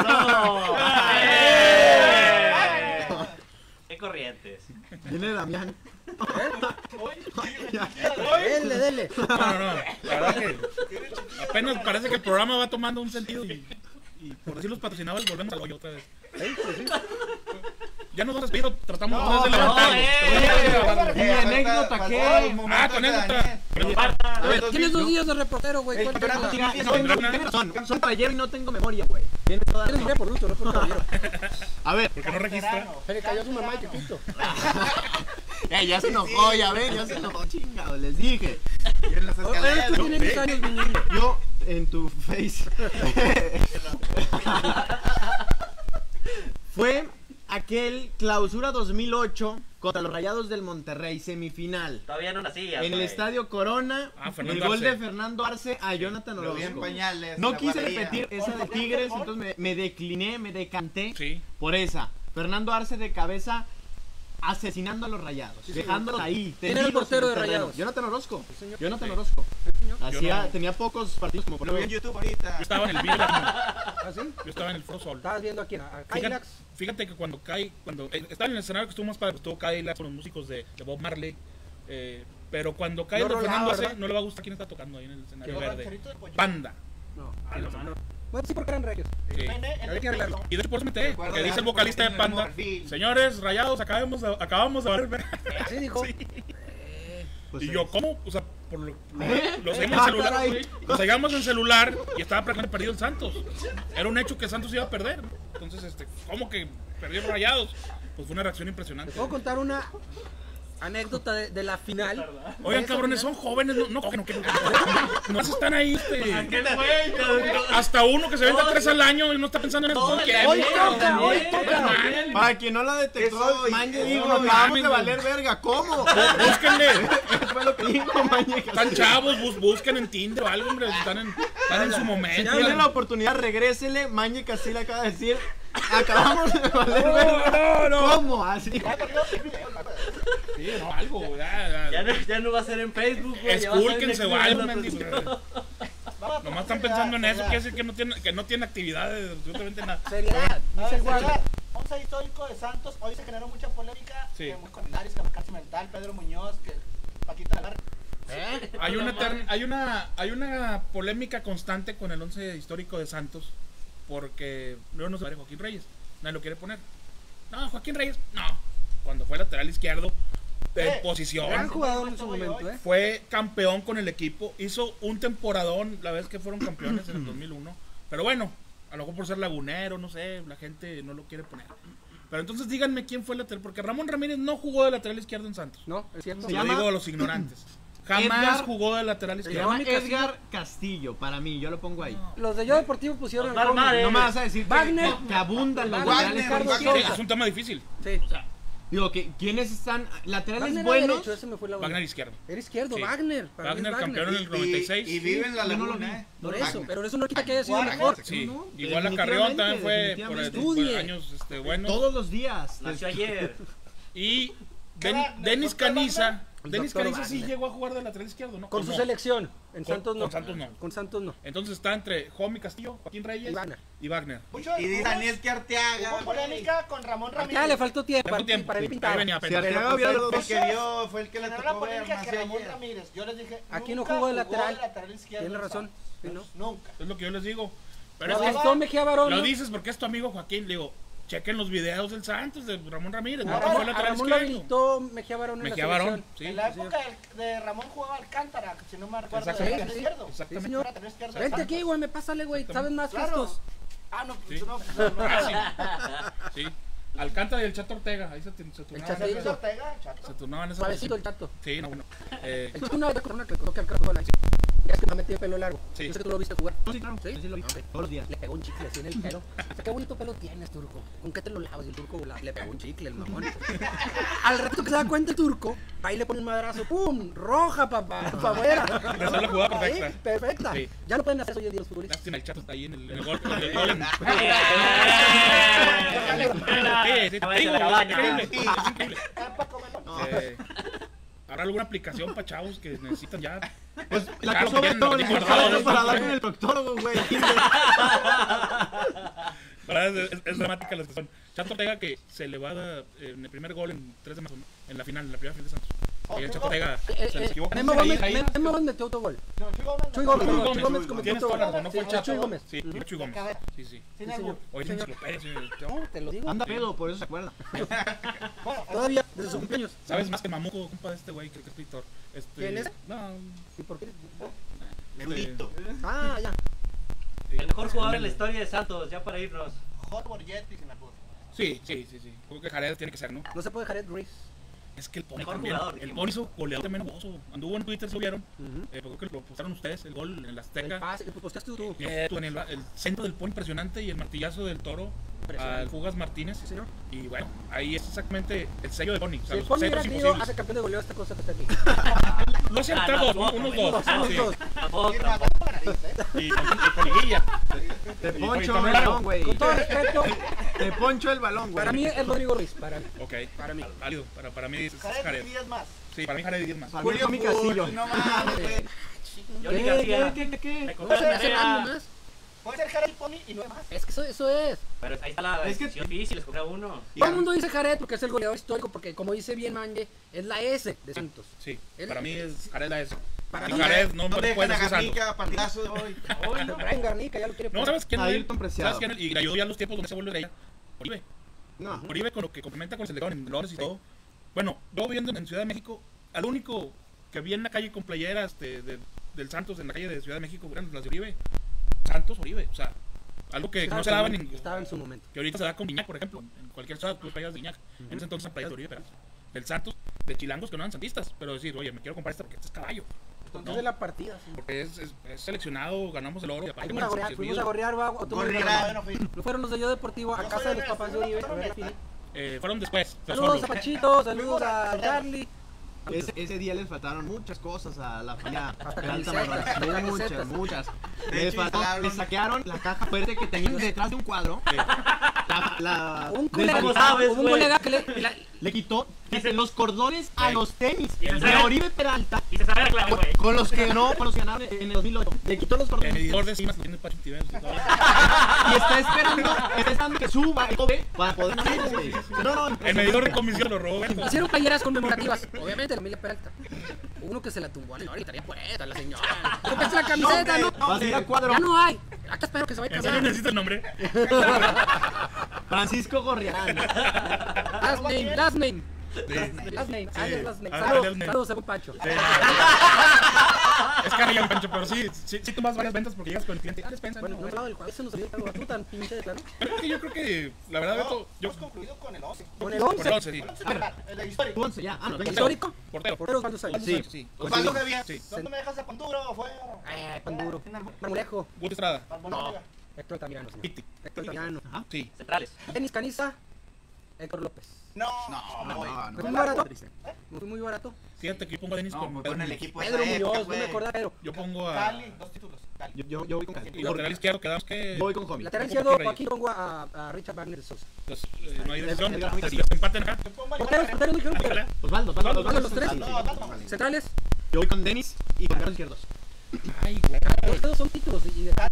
Speaker 5: ¡Qué corrientes!
Speaker 1: Viene Damián.
Speaker 2: Dele.
Speaker 4: No, la verdad que apenas parece que el programa va tomando un sentido y por decir los patrocinadores volvemos al hoyo otra vez. Ya nos hemos despedido, tratamos otra vez de levantarnos.
Speaker 1: ¿Y anécdota qué?
Speaker 4: Con anécdota.
Speaker 2: A ver, tienes 2 días de reportero, güey. Cuéntame.
Speaker 1: Tienes razón, soy caballero y no tengo memoria, güey. Tienes toda la
Speaker 2: Eres
Speaker 1: razón.
Speaker 2: por bruto, no por caballero.
Speaker 1: A ver,
Speaker 4: Porque no registra.
Speaker 2: Se le cayó a su mamá y te quito.
Speaker 1: ya se enojó, ya ven, ya se enojó, chingado, les dije.
Speaker 3: Y en las
Speaker 2: Esto
Speaker 3: escaleras.
Speaker 2: tiene 10 años viniendo.
Speaker 1: Yo en tu face. Fue aquel clausura 2008 contra los Rayados del Monterrey, semifinal.
Speaker 5: Todavía no nacías,
Speaker 1: En el
Speaker 5: güey.
Speaker 1: Estadio Corona,
Speaker 4: Fernando
Speaker 1: el gol
Speaker 4: Arce.
Speaker 1: de Fernando Arce a Jonathan
Speaker 3: Lo vi en
Speaker 1: Orozco.
Speaker 3: pañales.
Speaker 1: No
Speaker 3: la
Speaker 1: quise
Speaker 3: guardería.
Speaker 1: repetir esa de Tigres, entonces me decliné, me decanté
Speaker 4: Sí.
Speaker 1: por esa. Fernando Arce de cabeza asesinando a los Rayados, dejándolos ahí.
Speaker 2: ¿Quién era el
Speaker 1: tendidos
Speaker 2: portero
Speaker 1: en
Speaker 2: de
Speaker 1: terreno.
Speaker 2: Rayados?
Speaker 1: Jonathan Orozco.
Speaker 2: señor.
Speaker 1: Jonathan
Speaker 4: Sí.
Speaker 1: Orozco.
Speaker 4: Yo no-
Speaker 1: Tenía pocos partidos como
Speaker 3: Lo vi en YouTube ahorita.
Speaker 4: Yo estaba en el Villa,
Speaker 2: ¿Ah, sí?
Speaker 4: yo estaba en el Foro Sol.
Speaker 2: ¿Estabas viendo a quién? ¿A
Speaker 4: Fíjate,
Speaker 2: Kylax?
Speaker 4: fíjate que cuando estaba en el escenario que estuvo más padre, pues estuvo Kylax con los músicos de Bob Marley, pero cuando cae
Speaker 2: No
Speaker 4: el de
Speaker 2: rolaba,
Speaker 4: Fernando Arce,
Speaker 2: ¿verdad?
Speaker 4: no le va a gustar quién está tocando ahí en el escenario
Speaker 6: ¿Qué?
Speaker 4: verde.
Speaker 6: ¿Rancherito de Pollito?
Speaker 4: Banda.
Speaker 2: No. Bueno, sí, porque eran regios.
Speaker 4: Sí.
Speaker 2: Hay que arreglarlo.
Speaker 4: Y después me enteré,
Speaker 3: Recuerdo
Speaker 4: que
Speaker 3: de
Speaker 4: dice el
Speaker 3: algo
Speaker 4: vocalista de
Speaker 3: en el
Speaker 4: Panda,
Speaker 3: Morfil.
Speaker 4: señores, Rayados, acabamos de barrer.
Speaker 2: Así dijo.
Speaker 1: Pues
Speaker 4: Y yo, ¿cómo? O sea, por lo seguimos en
Speaker 1: Ah,
Speaker 4: celular,
Speaker 1: caray.
Speaker 4: lo seguíamos en celular y estaba prácticamente perdido el Santos. Era un hecho que Santos iba a perder. Entonces, ¿cómo que perdió los Rayados? Pues fue una reacción impresionante.
Speaker 2: ¿Puedo contar una anécdota de la final?
Speaker 4: Oigan, cabrones, son jóvenes, no se están ahí, hasta uno que se vende 3 al año y no está pensando en eso.
Speaker 5: Todo
Speaker 4: ¿Por
Speaker 5: el
Speaker 4: qué?
Speaker 2: Hoy toca, hoy toca.
Speaker 1: Para quien no la detectó,
Speaker 3: Eso,
Speaker 1: Mañe
Speaker 3: eso,
Speaker 1: dijo,
Speaker 3: no
Speaker 1: acabamos
Speaker 4: mames,
Speaker 1: de
Speaker 4: güey.
Speaker 1: valer verga, ¿cómo?
Speaker 4: Búsquenle,
Speaker 1: Fue lo que dijo Mañe.
Speaker 4: están chavos, busquen en Tinder o algo, hombre, están en su momento.
Speaker 1: Si tiene la oportunidad, regrésele. Mañe Casilla acaba de decir, acabamos de valer verga.
Speaker 4: no.
Speaker 1: ¿Cómo? Así.
Speaker 4: Sí, no, algo, ya.
Speaker 5: Ya no va a ser en Facebook, güey. ya va a ser en
Speaker 4: Escúlquense o
Speaker 5: Excel,
Speaker 4: algo,
Speaker 5: la
Speaker 4: mendigo.
Speaker 5: transmisión.
Speaker 6: Vamos
Speaker 4: Nomás están pensando en eso, quiere decir que no tiene actividad de absolutamente nada.
Speaker 2: Seriedad, dice el guardia.
Speaker 6: Once histórico de Santos, hoy se generó mucha polémica,
Speaker 4: Sí.
Speaker 6: muchos comentarios, que Macán Cimental, Pedro Muñoz, que Paquita Alar.
Speaker 4: Hay una polémica constante con el 11 histórico de Santos, porque luego no se vale Joaquín Reyes, nadie lo quiere poner. No, Joaquín Reyes, no. Cuando fue lateral izquierdo, en posición,
Speaker 2: Gran jugador en su momento,
Speaker 4: fue campeón con el equipo, hizo un temporadón la vez que fueron campeones en el 2001. Pero bueno, a lo mejor por ser lagunero, no sé, la gente no lo quiere poner. Pero entonces díganme quién fue el lateral, porque Ramón Ramírez no jugó de lateral izquierdo en Santos.
Speaker 2: No, es cierto.
Speaker 4: Se lo digo a los ignorantes. Jamás jugó de lateral
Speaker 1: Se
Speaker 4: izquierdo.
Speaker 1: llama Edgar Castillo, para mí, yo lo pongo ahí.
Speaker 2: Los de Yo Deportivo pusieron
Speaker 5: Oscar
Speaker 2: el
Speaker 5: Mares.
Speaker 1: No me vas a decir
Speaker 2: Wagner.
Speaker 1: que abundan los
Speaker 2: Wagner,
Speaker 1: laterales
Speaker 2: Ricardo
Speaker 1: izquierdos.
Speaker 4: Sí, es un tema difícil.
Speaker 2: Sí.
Speaker 1: Digo, que ¿quiénes están laterales
Speaker 2: Wagner
Speaker 1: buenos?
Speaker 2: derecho, ese me fue la
Speaker 4: Wagner izquierdo.
Speaker 2: Era izquierdo,
Speaker 4: Sí.
Speaker 2: Wagner. para mí es
Speaker 4: Wagner campeón en el 96.
Speaker 3: Y vive en la
Speaker 1: yo no lo
Speaker 3: laguna,
Speaker 1: vi.
Speaker 2: Por eso, pero eso no quita que haya sido mejor.
Speaker 4: Sí,
Speaker 1: No,
Speaker 4: igual a Carrión también fue
Speaker 1: definitivamente.
Speaker 4: por
Speaker 2: Estudie.
Speaker 4: años buenos.
Speaker 1: Todos los días.
Speaker 5: Nació ayer.
Speaker 4: Y
Speaker 6: Cara,
Speaker 4: Denis
Speaker 6: doctor
Speaker 4: Caniza.
Speaker 1: El
Speaker 4: Denis
Speaker 1: doctor
Speaker 4: Caniza sí
Speaker 1: Wagner.
Speaker 4: llegó a jugar de lateral izquierdo, ¿no?
Speaker 2: Con
Speaker 4: ¿O
Speaker 2: su
Speaker 4: no?
Speaker 2: selección. En
Speaker 4: Con-
Speaker 2: Santos no.
Speaker 4: con Santos no.
Speaker 2: Con Santos no.
Speaker 4: Entonces está entre Jomi Castillo, Joaquín Reyes
Speaker 2: Y Wagner.
Speaker 3: Y dice Daniel que Arteaga.
Speaker 6: Hubo polémica con Ramón
Speaker 2: Ya le
Speaker 6: Ramírez.
Speaker 2: faltó tiempo.
Speaker 4: Tengo tiempo.
Speaker 2: Para
Speaker 4: Sí,
Speaker 2: él pintaba.
Speaker 4: ahí venía
Speaker 1: Si
Speaker 4: apenas.
Speaker 1: Arteaga
Speaker 3: Pero
Speaker 1: había
Speaker 3: pues,
Speaker 1: los
Speaker 3: el
Speaker 1: dos.
Speaker 3: que dio fue el que le
Speaker 6: Generó la
Speaker 3: tocó ver
Speaker 6: polémica
Speaker 3: más
Speaker 6: que Ramón
Speaker 3: ayer.
Speaker 6: Ramírez. Yo les dije,
Speaker 2: Aquí no
Speaker 6: nunca
Speaker 2: jugó de lateral.
Speaker 6: izquierdo.
Speaker 2: Tiene
Speaker 6: en
Speaker 2: razón.
Speaker 6: Santos.
Speaker 2: Sí, no.
Speaker 6: Nunca.
Speaker 4: Es lo que yo les digo. Pero
Speaker 2: Lo
Speaker 4: es que
Speaker 2: gastó Mejía Barón.
Speaker 4: lo
Speaker 2: ¿no?
Speaker 4: dices porque es tu amigo Joaquín. Le digo, chequen los videos del Santos de Ramón Ramírez. No,
Speaker 2: A
Speaker 4: fue lateral
Speaker 2: Ramón lo
Speaker 4: izquierdo.
Speaker 2: habilitó Mejía Barón en
Speaker 4: Mejía
Speaker 2: la
Speaker 4: Barón,
Speaker 2: selección.
Speaker 4: sí.
Speaker 6: En la época de Ramón jugaba Alcántara, si no me recuerdo, de
Speaker 4: Exactamente.
Speaker 6: lateral izquierdo.
Speaker 4: Exactamente.
Speaker 2: Sí, señor.
Speaker 6: Lateral izquierdo de
Speaker 2: Vente
Speaker 6: Santos.
Speaker 2: aquí, güey, me pásale, güey. ¿Sabes más que
Speaker 6: Claro.
Speaker 2: estos?
Speaker 6: Ah, no,
Speaker 4: Sí.
Speaker 6: pues no.
Speaker 4: Sí. Alcántara y el Chato Ortega. Ahí se
Speaker 2: Chatito.
Speaker 6: Luis Ortega, chato.
Speaker 4: se turnaban esa
Speaker 2: Suavecito
Speaker 4: posición.
Speaker 2: el chato.
Speaker 4: Sí, no, bueno.
Speaker 2: El chato una vez con una que le toque al carajo la ya es que me ha metido pelo largo.
Speaker 4: Sí.
Speaker 2: Yo sé que tú lo viste jugar.
Speaker 1: Sí, claro.
Speaker 2: ¿Sí?
Speaker 1: Sí, lo vi.
Speaker 2: Ok.
Speaker 1: Todos los días.
Speaker 2: Le pegó un chicle así en el pelo. O sea, qué bonito pelo tienes, Turco. ¿Con qué te lo lavas? Y el Turco le pegó un chicle, el mamón. Al rato que se da cuenta el Turco, va y le pone un madrazo. ¡Pum! Roja, papá. Para afuera.
Speaker 4: Esa es la jugada perfecta.
Speaker 2: Sí, perfecta.
Speaker 4: Sí.
Speaker 2: Ya no pueden hacer eso hoy en día los futbolistas.
Speaker 4: Lástima, el Chato está ahí en el gol. En el gol. Sí, sí, te digo, es increíble. Es increíble. ¿Habrá alguna aplicación para chavos que necesitan ya?
Speaker 1: Pues la
Speaker 4: Claro,
Speaker 1: que sobre
Speaker 4: tienen
Speaker 1: todo
Speaker 4: los
Speaker 1: el
Speaker 4: guardados,
Speaker 1: para
Speaker 4: ¿no?
Speaker 1: hablar con el proctólogo, güey.
Speaker 4: Es dramática la situación. Chato Ortega que se le va a dar en el primer gol en 3 de marzo, ¿no? En la final, en la primera final de Santos. Y el Chato Ortega se les equivoca.
Speaker 2: Memo
Speaker 4: Ahí,
Speaker 2: Gómez
Speaker 4: ahí.
Speaker 2: Memo Gómez metió autogol.
Speaker 6: No, Chuy Gómez.
Speaker 2: Chuy Gómez.
Speaker 4: Chuy
Speaker 2: Chuy
Speaker 4: Gómez.
Speaker 2: Gómez cometió
Speaker 4: Tienes toda la razón,
Speaker 2: autogol.
Speaker 4: no fue el
Speaker 2: Sí,
Speaker 4: Chato.
Speaker 2: Chuy Gómez.
Speaker 4: Sí, fue Chuy Gómez. Sí, sí.
Speaker 6: Sin
Speaker 2: Sí,
Speaker 6: albur.
Speaker 2: señor.
Speaker 4: Hoy es enciclopedia, sí.
Speaker 2: No, te lo digo.
Speaker 1: Anda pedo, por eso se acuerda.
Speaker 6: Bueno,
Speaker 2: Todavía, desde su cumpleaños.
Speaker 4: ¿Sabes más que Mamuco, compa de este güey, que es escritor?
Speaker 2: ¿Quién es?
Speaker 4: No,
Speaker 2: ¿Y por qué?
Speaker 3: Erudito.
Speaker 2: Ah, ya.
Speaker 5: El mejor jugador en la historia de Santos, ya para irnos.
Speaker 6: Hot Borgetti sin albur.
Speaker 4: sí. Creo que Jared tiene que ser, ¿no?
Speaker 2: No se puede dejar Ed Ruiz.
Speaker 4: Es que el Pony
Speaker 5: Mejor
Speaker 4: también.
Speaker 5: jugador,
Speaker 4: El Pony hizo goleador también bozo. Anduvo en Twitter, subieron. Creo que lo postaron ustedes, el gol en la
Speaker 2: El
Speaker 4: Azteca.
Speaker 2: pase, pues posteaste tú.
Speaker 4: En el centro del Pony impresionante y el martillazo del Toro
Speaker 2: Impresionante.
Speaker 4: al Fugas Martínez.
Speaker 2: Sí, señor.
Speaker 4: Y bueno, ahí es exactamente el sello de Pony. O
Speaker 2: Si
Speaker 4: sea,
Speaker 2: el
Speaker 4: los
Speaker 2: Pony hubiera
Speaker 4: centros
Speaker 2: querido,
Speaker 4: imposibles.
Speaker 2: hace campeón de goleo esta cosa que está aquí.
Speaker 4: Lo hacían
Speaker 5: Ah,
Speaker 4: tres
Speaker 5: no,
Speaker 4: dos,
Speaker 5: no,
Speaker 4: unos
Speaker 5: no,
Speaker 4: dos.
Speaker 2: Unos
Speaker 4: Sí.
Speaker 2: dos.
Speaker 5: Tampoco,
Speaker 6: Y
Speaker 5: tampoco.
Speaker 6: mató la nariz, ¿eh?
Speaker 4: Y con liguilla.
Speaker 1: Te
Speaker 4: Y
Speaker 1: poncho
Speaker 4: con
Speaker 1: el
Speaker 4: Lalo.
Speaker 1: balón, güey.
Speaker 2: Con todo respeto,
Speaker 1: Te poncho el balón, güey.
Speaker 2: para mí es Rodrigo Ruiz. Para mí.
Speaker 4: Ok,
Speaker 2: Para mí.
Speaker 4: válido. Para mí es
Speaker 6: Jared
Speaker 4: Jared.
Speaker 6: y 10 más.
Speaker 4: Sí, para mí Jared y 10 más.
Speaker 1: Para mí es mi
Speaker 3: Puch,
Speaker 1: Castillo.
Speaker 3: no mames, güey.
Speaker 5: Johnny García.
Speaker 1: ¿Qué?
Speaker 5: Me
Speaker 2: No
Speaker 5: contaron
Speaker 2: se
Speaker 5: la
Speaker 2: hace
Speaker 5: tarea.
Speaker 2: más.
Speaker 6: Puede ser Jared Pony y 9 más.
Speaker 2: Es que eso es.
Speaker 5: Pero ahí está la
Speaker 1: Es que-
Speaker 5: decisión difícil, escoger a uno.
Speaker 2: Todo el mundo dice Jared porque es el goleador histórico, porque como dice bien Mange, es la S de Santos.
Speaker 4: Sí,
Speaker 2: Él-
Speaker 4: para mí es Jared la S.
Speaker 2: Para
Speaker 4: Y
Speaker 2: mí-
Speaker 4: Jared no
Speaker 3: ¿Dónde
Speaker 4: puede
Speaker 3: dejan a
Speaker 4: decir Santos.
Speaker 3: Garnica? Partidazo de hoy.
Speaker 2: Brian Garnica ya lo quiere
Speaker 4: No,
Speaker 2: poner.
Speaker 4: ¿sabes quién?
Speaker 1: Ayrton Preciado.
Speaker 4: ¿Sabes quién? Y le ayudó ya a los tiempos donde se vuelve de ella. Oribe.
Speaker 1: No.
Speaker 4: Oribe con lo que complementa con el Selección en Dolores y todo. Bueno, yo viviendo en Ciudad de México, al único que vi en la calle con playeras del Santos, en la calle de Ciudad de México, eran las de Oribe. Santos, Oribe. O sea, algo que no se daba en
Speaker 2: Estaba en su momento.
Speaker 4: que ahorita se da con Viñac, por ejemplo. En cualquier ciudad, tú playas de Viñac. En ese entonces eran playas de Oribe, pero del Santos, de chilangos que no eran santistas. Pero decir, oye, me quiero comprar esta porque este es caballo.
Speaker 2: Entonces de la partida, sí.
Speaker 4: Porque es seleccionado, ganamos el oro. Y aparte,
Speaker 2: Fuimos a gorrear, fuimos a gorrear,
Speaker 3: Gorrear.
Speaker 6: No fui.
Speaker 2: No fueron los de Yo Deportivo a casa de los papás de Oribe a ver la final.
Speaker 4: fueron después. fue
Speaker 2: Saludos
Speaker 4: solo.
Speaker 2: a Pachito, saludos a Charlie.
Speaker 1: Ese día les faltaron muchas cosas a la familia
Speaker 2: Hasta
Speaker 1: Peralta
Speaker 2: camisetas,
Speaker 1: Manora.
Speaker 2: camisetas.
Speaker 1: Muchas.
Speaker 3: De
Speaker 1: Les
Speaker 3: hecho,
Speaker 1: faltó,
Speaker 3: instalaron-
Speaker 1: les saquearon la caja fuerte que tenían detrás de un cuadro. La
Speaker 2: Un
Speaker 5: colega
Speaker 2: que
Speaker 1: le quitó los cordones a los tenis
Speaker 7: Y
Speaker 1: de Oribe Peralta
Speaker 7: Y se sabe la clave, güey.
Speaker 1: con los que ganaron en el 2008. Le quitó los
Speaker 4: El
Speaker 1: cordones.
Speaker 4: medidor de cimas tiene Pacho Tiveros y todo.
Speaker 1: Y está esperando que suba el tope para poder hacer, güey. No.
Speaker 4: El medidor de comisión lo robó.
Speaker 2: hicieron playeras conmemorativas. Obviamente, la Emilia Peralta. Uno que se la tumbó a la estaría puesta la señora. Compraste la camiseta, ¿no?
Speaker 1: Va a ser a cuadro.
Speaker 2: Ya no hay. Acá espero que se vaya a
Speaker 4: ¿En serio
Speaker 2: casar.
Speaker 4: necesita el nombre?
Speaker 1: Francisco Gorriarán.
Speaker 2: Last name. Saludos a buen Pancho.
Speaker 4: Es carrilla, Pancho, pero sí tomas varias ventas porque llegas con el cliente. Despensa.
Speaker 2: Bueno, no he hablado del jueves, se nos olvidó algo. Tú tan pinche de claro.
Speaker 4: Yo creo que, la verdad, Beto, yo
Speaker 6: Hemos concluido con el 11.
Speaker 2: Con el
Speaker 4: con el
Speaker 2: 11.
Speaker 4: 11, sí.
Speaker 6: El histórico.
Speaker 1: 11 ya. Ah, no, venga.
Speaker 2: Histórico.
Speaker 4: Portero.
Speaker 2: ¿Porteros cuántos años?
Speaker 1: Sí.
Speaker 6: ¿Cuándo que bien?
Speaker 4: Sí.
Speaker 6: ¿Dónde me dejas a Panduro o fuera?
Speaker 2: Pan duro. Marmolejo.
Speaker 4: Guti Estrada.
Speaker 2: Héctor Altamirano. señor.
Speaker 4: Piti.
Speaker 2: Héctor Altamirano.
Speaker 4: Sí.
Speaker 5: Centrales.
Speaker 2: Denis Caniza. Héctor López.
Speaker 6: No.
Speaker 2: ¿Me fui muy barato? ¿Me fui muy barato?
Speaker 4: Fíjate que yo pongo a Denis con
Speaker 3: No,
Speaker 4: Pedro
Speaker 3: con el
Speaker 4: Muñoz.
Speaker 3: equipo de
Speaker 2: Pedro
Speaker 3: esa época,
Speaker 2: Muñoz, no
Speaker 3: güey.
Speaker 2: me acordaba, Pedro.
Speaker 4: Yo pongo a...
Speaker 6: Cali, 2 títulos. Cali.
Speaker 1: Yo voy con Cali.
Speaker 4: Y lateral izquierdo quedamos que...
Speaker 1: Yo voy con Jomi.
Speaker 2: Lateral
Speaker 4: Yo
Speaker 2: izquierdo,
Speaker 4: pongo a
Speaker 2: aquí pongo a Richard Wagner de Sosa.
Speaker 4: Pues, no hay decisión.
Speaker 1: Edgar Ruiz.
Speaker 4: Si los empaten acá.
Speaker 6: Yo pongo a
Speaker 2: Porteros
Speaker 6: Iván
Speaker 2: dijeron que
Speaker 4: Ándale.
Speaker 1: Osvaldo,
Speaker 2: los tres.
Speaker 1: sí.
Speaker 2: Centrales.
Speaker 1: Yo voy con Denis y con Carlos Izquierdos.
Speaker 4: Ay, güey.
Speaker 2: Todos son títulos. Y es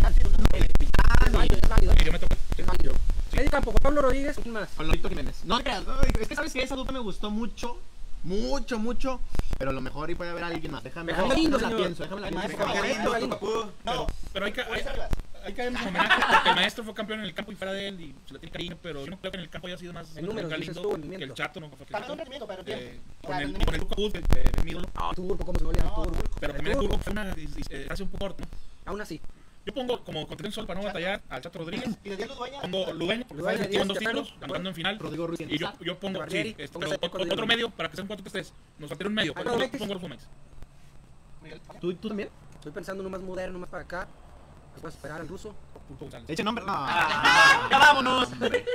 Speaker 2: válido.
Speaker 4: Y yo me toca.
Speaker 2: Es válido. Medio campo, Juan Pablo Rodríguez. ¿Quién más?
Speaker 1: Con Lolito Jiménez. No creas, es que sabes que esa dupla me gustó mucho. Pero a lo mejor ahí puede haber alguien más. Déjame
Speaker 2: Galindo,
Speaker 1: la
Speaker 2: señor.
Speaker 1: pienso. Déjame la pienso.
Speaker 2: Galindo.
Speaker 6: No,
Speaker 4: Pero hay que darle un homenaje porque el maestro fue campeón en el campo y fuera de él y se le tiene cariño, pero yo no creo que en el campo haya sido más
Speaker 2: En números, dices tú,
Speaker 4: Galindo
Speaker 2: en
Speaker 4: que el Chato, no fue
Speaker 6: también un rendimiento, pero bien.
Speaker 4: con el Turco Bus, mi ídolo.
Speaker 2: Turbo, ¿cómo se volvía? Turbo.
Speaker 4: Pero también el Turco fue una hace un poco corto, ¿no?
Speaker 2: Aún así.
Speaker 4: Yo pongo como contención sol para no batallar al Chato Rodríguez.
Speaker 6: Y le di luz dueña.
Speaker 4: Pongo Ludeño, porque fue
Speaker 2: Ludeño,
Speaker 4: efectivo en 2
Speaker 2: Díaz,
Speaker 4: títulos,
Speaker 2: Capelo,
Speaker 4: ganando en final.
Speaker 1: Rodrigo Ruiz.
Speaker 4: Y yo pongo
Speaker 2: Barbieri,
Speaker 4: sí,
Speaker 2: póngase
Speaker 4: pero
Speaker 2: con
Speaker 4: otro medio para que sean 4-3-3. Nos faltaría un medio,
Speaker 2: Ah,
Speaker 4: pongo
Speaker 2: no,
Speaker 4: los Fumex.
Speaker 1: ¿Tú también?
Speaker 2: Estoy pensando uno más moderno, más para acá. ¿Me puedes esperar al ruso?
Speaker 1: Eche nombre. No.
Speaker 5: ¡Ya vámonos!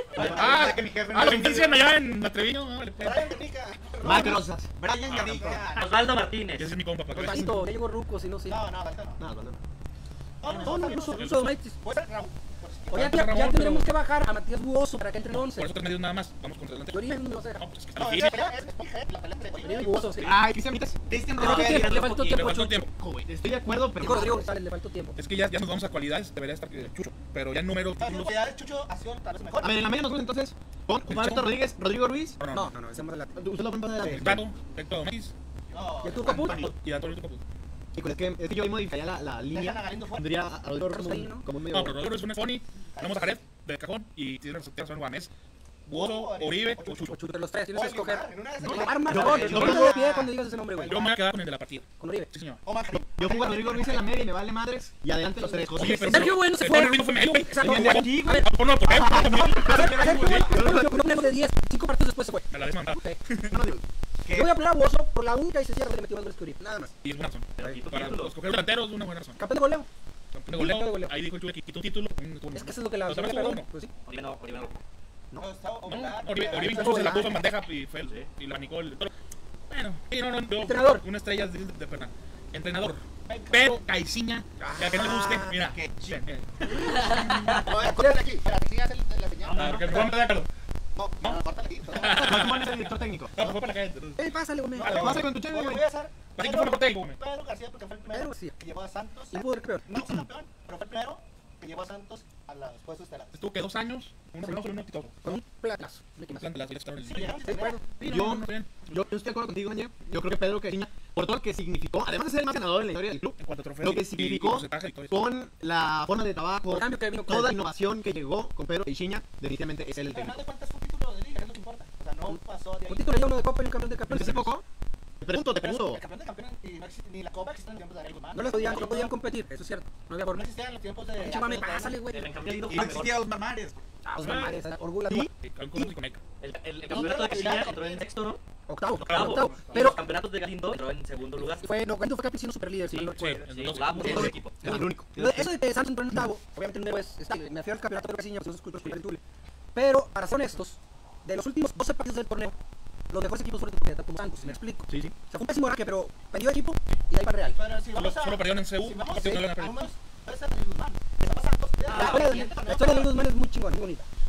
Speaker 4: Lo inician allá en la Treviño. Vale, pues.
Speaker 6: Brian Ganica.
Speaker 1: Marc Rosas.
Speaker 6: Brian Ganica.
Speaker 5: Osvaldo Martínez.
Speaker 4: Ese es mi compa, para que veas.
Speaker 2: Pasito, ya llegó Ruco, si no, sí.
Speaker 6: No, ahorita no.
Speaker 1: No.
Speaker 2: Ruso de Maitis.
Speaker 6: Puede ser Raúl.
Speaker 2: Oye,
Speaker 4: Ramón,
Speaker 2: ya
Speaker 4: pero-
Speaker 2: tendremos que bajar a Matías Buoso para que entre el
Speaker 4: Por
Speaker 2: 11.
Speaker 4: eso 3 medios nada más. Vamos contra el
Speaker 2: Yo
Speaker 4: delantero.
Speaker 2: dije, no lo sé.
Speaker 4: No, pues es que está
Speaker 6: No,
Speaker 4: difícil.
Speaker 6: es muy heavy la pelea entre
Speaker 2: Oribe
Speaker 6: Oribe.
Speaker 2: Buoso, sí.
Speaker 1: Ay, Cristian Vitas.
Speaker 3: Cristian
Speaker 2: Le faltó
Speaker 3: Roger.
Speaker 2: tiempo, le faltó
Speaker 4: Le
Speaker 2: tiempo,
Speaker 4: faltó
Speaker 2: Chucho.
Speaker 4: tiempo.
Speaker 1: Estoy de acuerdo, pero
Speaker 2: Dijo Rodrigo González, le faltó tiempo.
Speaker 4: Es que ya nos vamos a cualidades, debería estar Chucho. Pero ya en número.
Speaker 6: Las cualidades Chucho ha sido tal vez mejor.
Speaker 1: A ver, en la media nos gusta entonces. Pon Humberto Rodríguez, Rodrigo Ruiz.
Speaker 2: No, ese más adelante.
Speaker 1: Usted lo pone para
Speaker 4: El Tato, Héctor Matis
Speaker 6: No,
Speaker 2: ¿Y el Turco Put?
Speaker 4: y Antonio Tucaput.
Speaker 1: Es que yo ahí modificaría la
Speaker 6: dejan a
Speaker 1: línea.
Speaker 6: Galindo fuera.
Speaker 1: Pondría a Rodrigo Ruiz
Speaker 2: ahí, ¿no?
Speaker 1: como un medio.
Speaker 4: No, pero Rodrigo es un Foni. Tenemos a Jared de cajón y tiene receptores Guamés. Buoso, Oribe o Chucho.
Speaker 2: O Chucho, de los tres, tienes que
Speaker 6: Oye,
Speaker 2: escoger.
Speaker 6: en una de esas-
Speaker 2: No, arma,
Speaker 1: Yo-
Speaker 2: no,
Speaker 1: yo-
Speaker 2: ponte
Speaker 1: yo-
Speaker 2: de pie cuando digas ese nombre, güey.
Speaker 4: Yo me voy a quedar con el de la partida.
Speaker 2: Con Oribe.
Speaker 4: Sí, señor.
Speaker 6: Omar Jaime.
Speaker 1: Yo pongo a Rodrigo Ruiz en la media y me vale madres. Y adelante los tres.
Speaker 4: Oye, pero
Speaker 2: Sergio Bueno se
Speaker 4: el
Speaker 2: fue.
Speaker 4: Tony Ruiz no fue medio, güey.
Speaker 2: Exacto.
Speaker 1: Sí,
Speaker 2: A ver,
Speaker 4: Ponlo por ahí.
Speaker 2: un negro de 10, 5 partidos después se fue.
Speaker 4: Me la desmandaba.
Speaker 2: Ok. Yo voy a poner a Buoso por la única y sencilla razón que le metió más goles que Oribe. Nada más.
Speaker 4: Y es buena razón.
Speaker 5: Pero quitó
Speaker 4: Para
Speaker 5: títulos.
Speaker 4: escoger delanteros es una buena razón.
Speaker 2: Campeón de goleo.
Speaker 4: Campeón de
Speaker 2: Campeón de
Speaker 4: goleo.
Speaker 2: goleo.
Speaker 4: Ahí dijo el Chuy que quitó un título.
Speaker 2: Es que eso es lo que la
Speaker 4: ¿Lo sabes
Speaker 2: perdón,
Speaker 4: uno?
Speaker 2: pues sí.
Speaker 5: Oribe no.
Speaker 6: No, está
Speaker 4: No,
Speaker 6: Omar.
Speaker 4: Oribe incluso se la puso en bandeja y fue y la Nicole. Bueno, sí, no, yo-
Speaker 2: Entrenador.
Speaker 4: Una estrella de Fernán. Entrenador. Pero Caiciña, que a que no le guste, mira.
Speaker 3: Qué
Speaker 4: Bien, bien.
Speaker 6: Córtale aquí. Espera, que sigas la señal.
Speaker 4: Ah, porque me voy a meter de acuerdo.
Speaker 6: No, córtale aquí.
Speaker 1: ¿Cuál pones el director técnico?
Speaker 4: No, pues fue para acá.
Speaker 2: Pásale, güey.
Speaker 4: Vale,
Speaker 1: Pasa con tu chévere,
Speaker 6: Voy
Speaker 1: güey.
Speaker 6: a hacer
Speaker 4: Así que fue lo que tengo, güey.
Speaker 6: Pedro García porque fue el
Speaker 2: Pedro
Speaker 6: primero
Speaker 2: García.
Speaker 6: que llevó a Santos.
Speaker 2: Y pudo ser peor.
Speaker 6: No fue campeón, pero fue el primero que llevó a Santos a los puestos estelares.
Speaker 4: Estuvo que 2 años, un renovo y un exitoso.
Speaker 2: Con un platazo. Mickey Mouse.
Speaker 4: Plan de las directas en
Speaker 6: Sí,
Speaker 4: el
Speaker 6: llegaron
Speaker 2: De acuerdo.
Speaker 1: Yo estoy de acuerdo contigo, Añe. Yo creo que Pedro Caiciña, por todo lo que significó, además de ser el más ganador en la historia del club,
Speaker 4: en cuanto a trofeos
Speaker 1: lo que
Speaker 4: y
Speaker 1: significó
Speaker 4: porcentaje de victorias.
Speaker 1: con la forma de trabajo,
Speaker 2: El cambio que vino con
Speaker 1: toda la
Speaker 2: él.
Speaker 1: innovación que llegó con Pedro Caiciña, definitivamente es él el
Speaker 6: Al final
Speaker 1: técnico.
Speaker 6: de cuentas fue un título de liga, es lo que importa. O sea, no pasó de ahí.
Speaker 2: Un título ya uno de Copa y un campeón de campeones.
Speaker 1: ¿Hace poco? Te pregunto.
Speaker 6: El campeón de campeones y no existe, ni la Copa existe en los tiempos de Ariel Guzmán.
Speaker 2: No podían competir, eso es cierto. No había
Speaker 6: No
Speaker 2: forma.
Speaker 6: existían en los tiempos de.
Speaker 2: Chimame, pásale, güey.
Speaker 5: El campeonato
Speaker 3: Y no existía los mamares.
Speaker 2: Los mamares, Orgullo.
Speaker 1: Sí.
Speaker 4: Con Cruz y con Eca.
Speaker 5: El campeonato de Caiciña entró en sexto, ¿no?
Speaker 2: Octavo.
Speaker 5: Octavo.
Speaker 2: Pero
Speaker 5: Los campeonatos de Galindo entró en segundo lugar.
Speaker 2: Galindo fue capitán super líder.
Speaker 5: Sí,
Speaker 2: si no
Speaker 4: Sí,
Speaker 2: recuerdo.
Speaker 4: en
Speaker 5: sí,
Speaker 4: dos-
Speaker 5: jugamos
Speaker 2: sí,
Speaker 5: con
Speaker 2: sí.
Speaker 5: el equipo.
Speaker 1: El único.
Speaker 2: Eso de que Santos entró en octavo, obviamente no es. Me refiero al campeonato de Caiciña, pues esos cultos que Tule. Pero, para ser honestos, de los últimos 12 partidos del torneo, los mejores equipos fueron de como Santos, me explico.
Speaker 1: Sí, sí.
Speaker 2: O sea, fue un pésimo arranque, pero perdió equipo y de ahí para Real.
Speaker 6: Pero si vamos a.
Speaker 4: Solo perdieron en CU,
Speaker 6: Si vamos
Speaker 4: partido que no le
Speaker 6: a.
Speaker 4: ganan.
Speaker 6: Puede ser Ariel Guzmán. Estamos Santos.
Speaker 2: La historia de Luis Guzmán es muy chingona, muy bonita.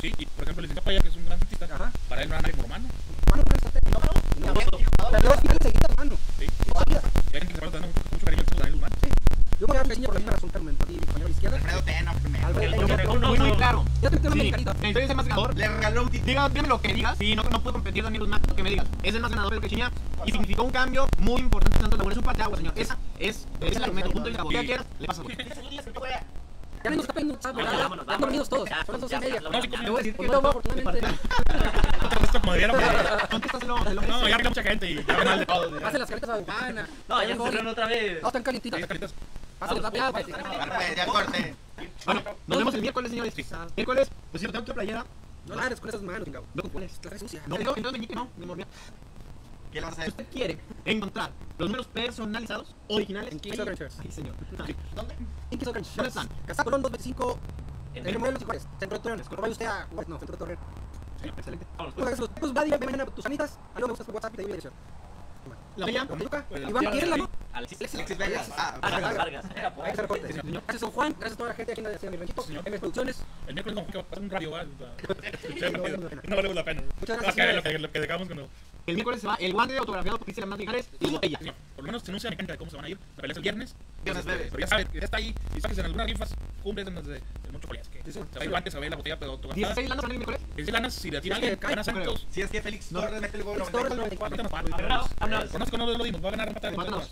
Speaker 4: Sí, y por ejemplo, el licenciado Paya, que es un gran santista, para él no era nadie como Romano.
Speaker 2: Mano, las dos finales seguidas, mano.
Speaker 4: Sí.
Speaker 2: Seguidas.
Speaker 4: Y hay gente que se va dando mucho cariño a Daniel Guzmán.
Speaker 2: Sí. Yo voy a dar un reseña por la misma razón que argumentó a ti, mi compañero de izquierda.
Speaker 3: Alfredo Tena primero.
Speaker 1: Muy claro.
Speaker 2: Ya te metieron
Speaker 1: Sí,
Speaker 2: una carita.
Speaker 1: entonces es el más ganador.
Speaker 3: Le regaló un título.
Speaker 1: Dígame lo que digas. Sí, no puede competir Daniel Guzmán, lo que me digas. Es el más ganador del Quechiña y significó un cambio muy importante en Santos Laguna. Es un parteaguas, señor. Ese es el argumento. Punto de vista. Lo que quieras, le pasa.
Speaker 2: Ya nos está pidiendo, ¿sabes? Ya están dormidos todos. Son las 12:30.
Speaker 5: Ya,
Speaker 2: Le voy a decir que no, afortunadamente.
Speaker 4: Esto como debieron.
Speaker 1: Contéstaselo.
Speaker 4: No, ya arregló mucha gente y ya mal de todo.
Speaker 2: Hace las caritas a Bujana.
Speaker 5: No, ya se cerraron otra vez.
Speaker 2: No, están calientitas. Pásale rápido.
Speaker 3: Ya corte.
Speaker 1: Bueno, nos vemos el miércoles, señores. Miércoles, pues si no tengo tu playera.
Speaker 2: No la hagas con esas manos, chingado.
Speaker 1: No, ¿cuál es?
Speaker 2: La sucia.
Speaker 1: No, entonces meñique no, me mordía.
Speaker 3: ¿Qué le vas a
Speaker 1: Si
Speaker 3: hacer?
Speaker 1: usted quiere encontrar los números personalizados, originales,
Speaker 2: En Kings of Rangers.
Speaker 1: Sí, señor.
Speaker 3: ¿Dónde?
Speaker 2: Inquis of Rangers.
Speaker 1: ¿Dónde están?
Speaker 2: Casa Colón 225.
Speaker 5: En
Speaker 2: En Morelos y Juárez. Centro de Torreón. Cuando vaya usted a Juárez, no, Centro de Torreón.
Speaker 1: Excelente.
Speaker 2: Pues va, dime mañana tus anitas. A luego me gustas por WhatsApp y te digo la dirección.
Speaker 1: La bella.
Speaker 2: ¿Con Yuca? Iván, ¿quieres la no?
Speaker 5: Alexis
Speaker 3: Alexis Vegas.
Speaker 5: Vargas.
Speaker 2: Hay que hacer reporte. Gracias, don Juan. Gracias a toda la gente aquí en la mi ranchito. MS Producciones.
Speaker 4: El miércoles como que va a pasar un radio, ¿va? No vale la pena.
Speaker 2: Muchas
Speaker 4: No,
Speaker 2: gracias,
Speaker 4: que lo que dejamos cuando...
Speaker 1: El miércoles se va el guante autografiado por Cristian Hernández Mijares y la botella.
Speaker 4: Sí, por lo menos se anuncia la mecánica de cómo se van a ir. La pelea es el viernes.
Speaker 3: Viernes bebé.
Speaker 4: Pero ya saben, ya está ahí. Y sabes, en algunas rifas cumbres en las de mucho polias. Que
Speaker 2: Sí, sí.
Speaker 4: se va a ir guantes, se va a ir la botella, pero autografada.
Speaker 1: 16 lanas el miércoles.
Speaker 4: 16 lanas, si le tira alguien, gana Santos.
Speaker 3: Si es que Félix Torres mete el gol.
Speaker 2: Torres 94.
Speaker 4: Conozco, no lo dimos, va a ganar Mata de
Speaker 1: Cuéntanos.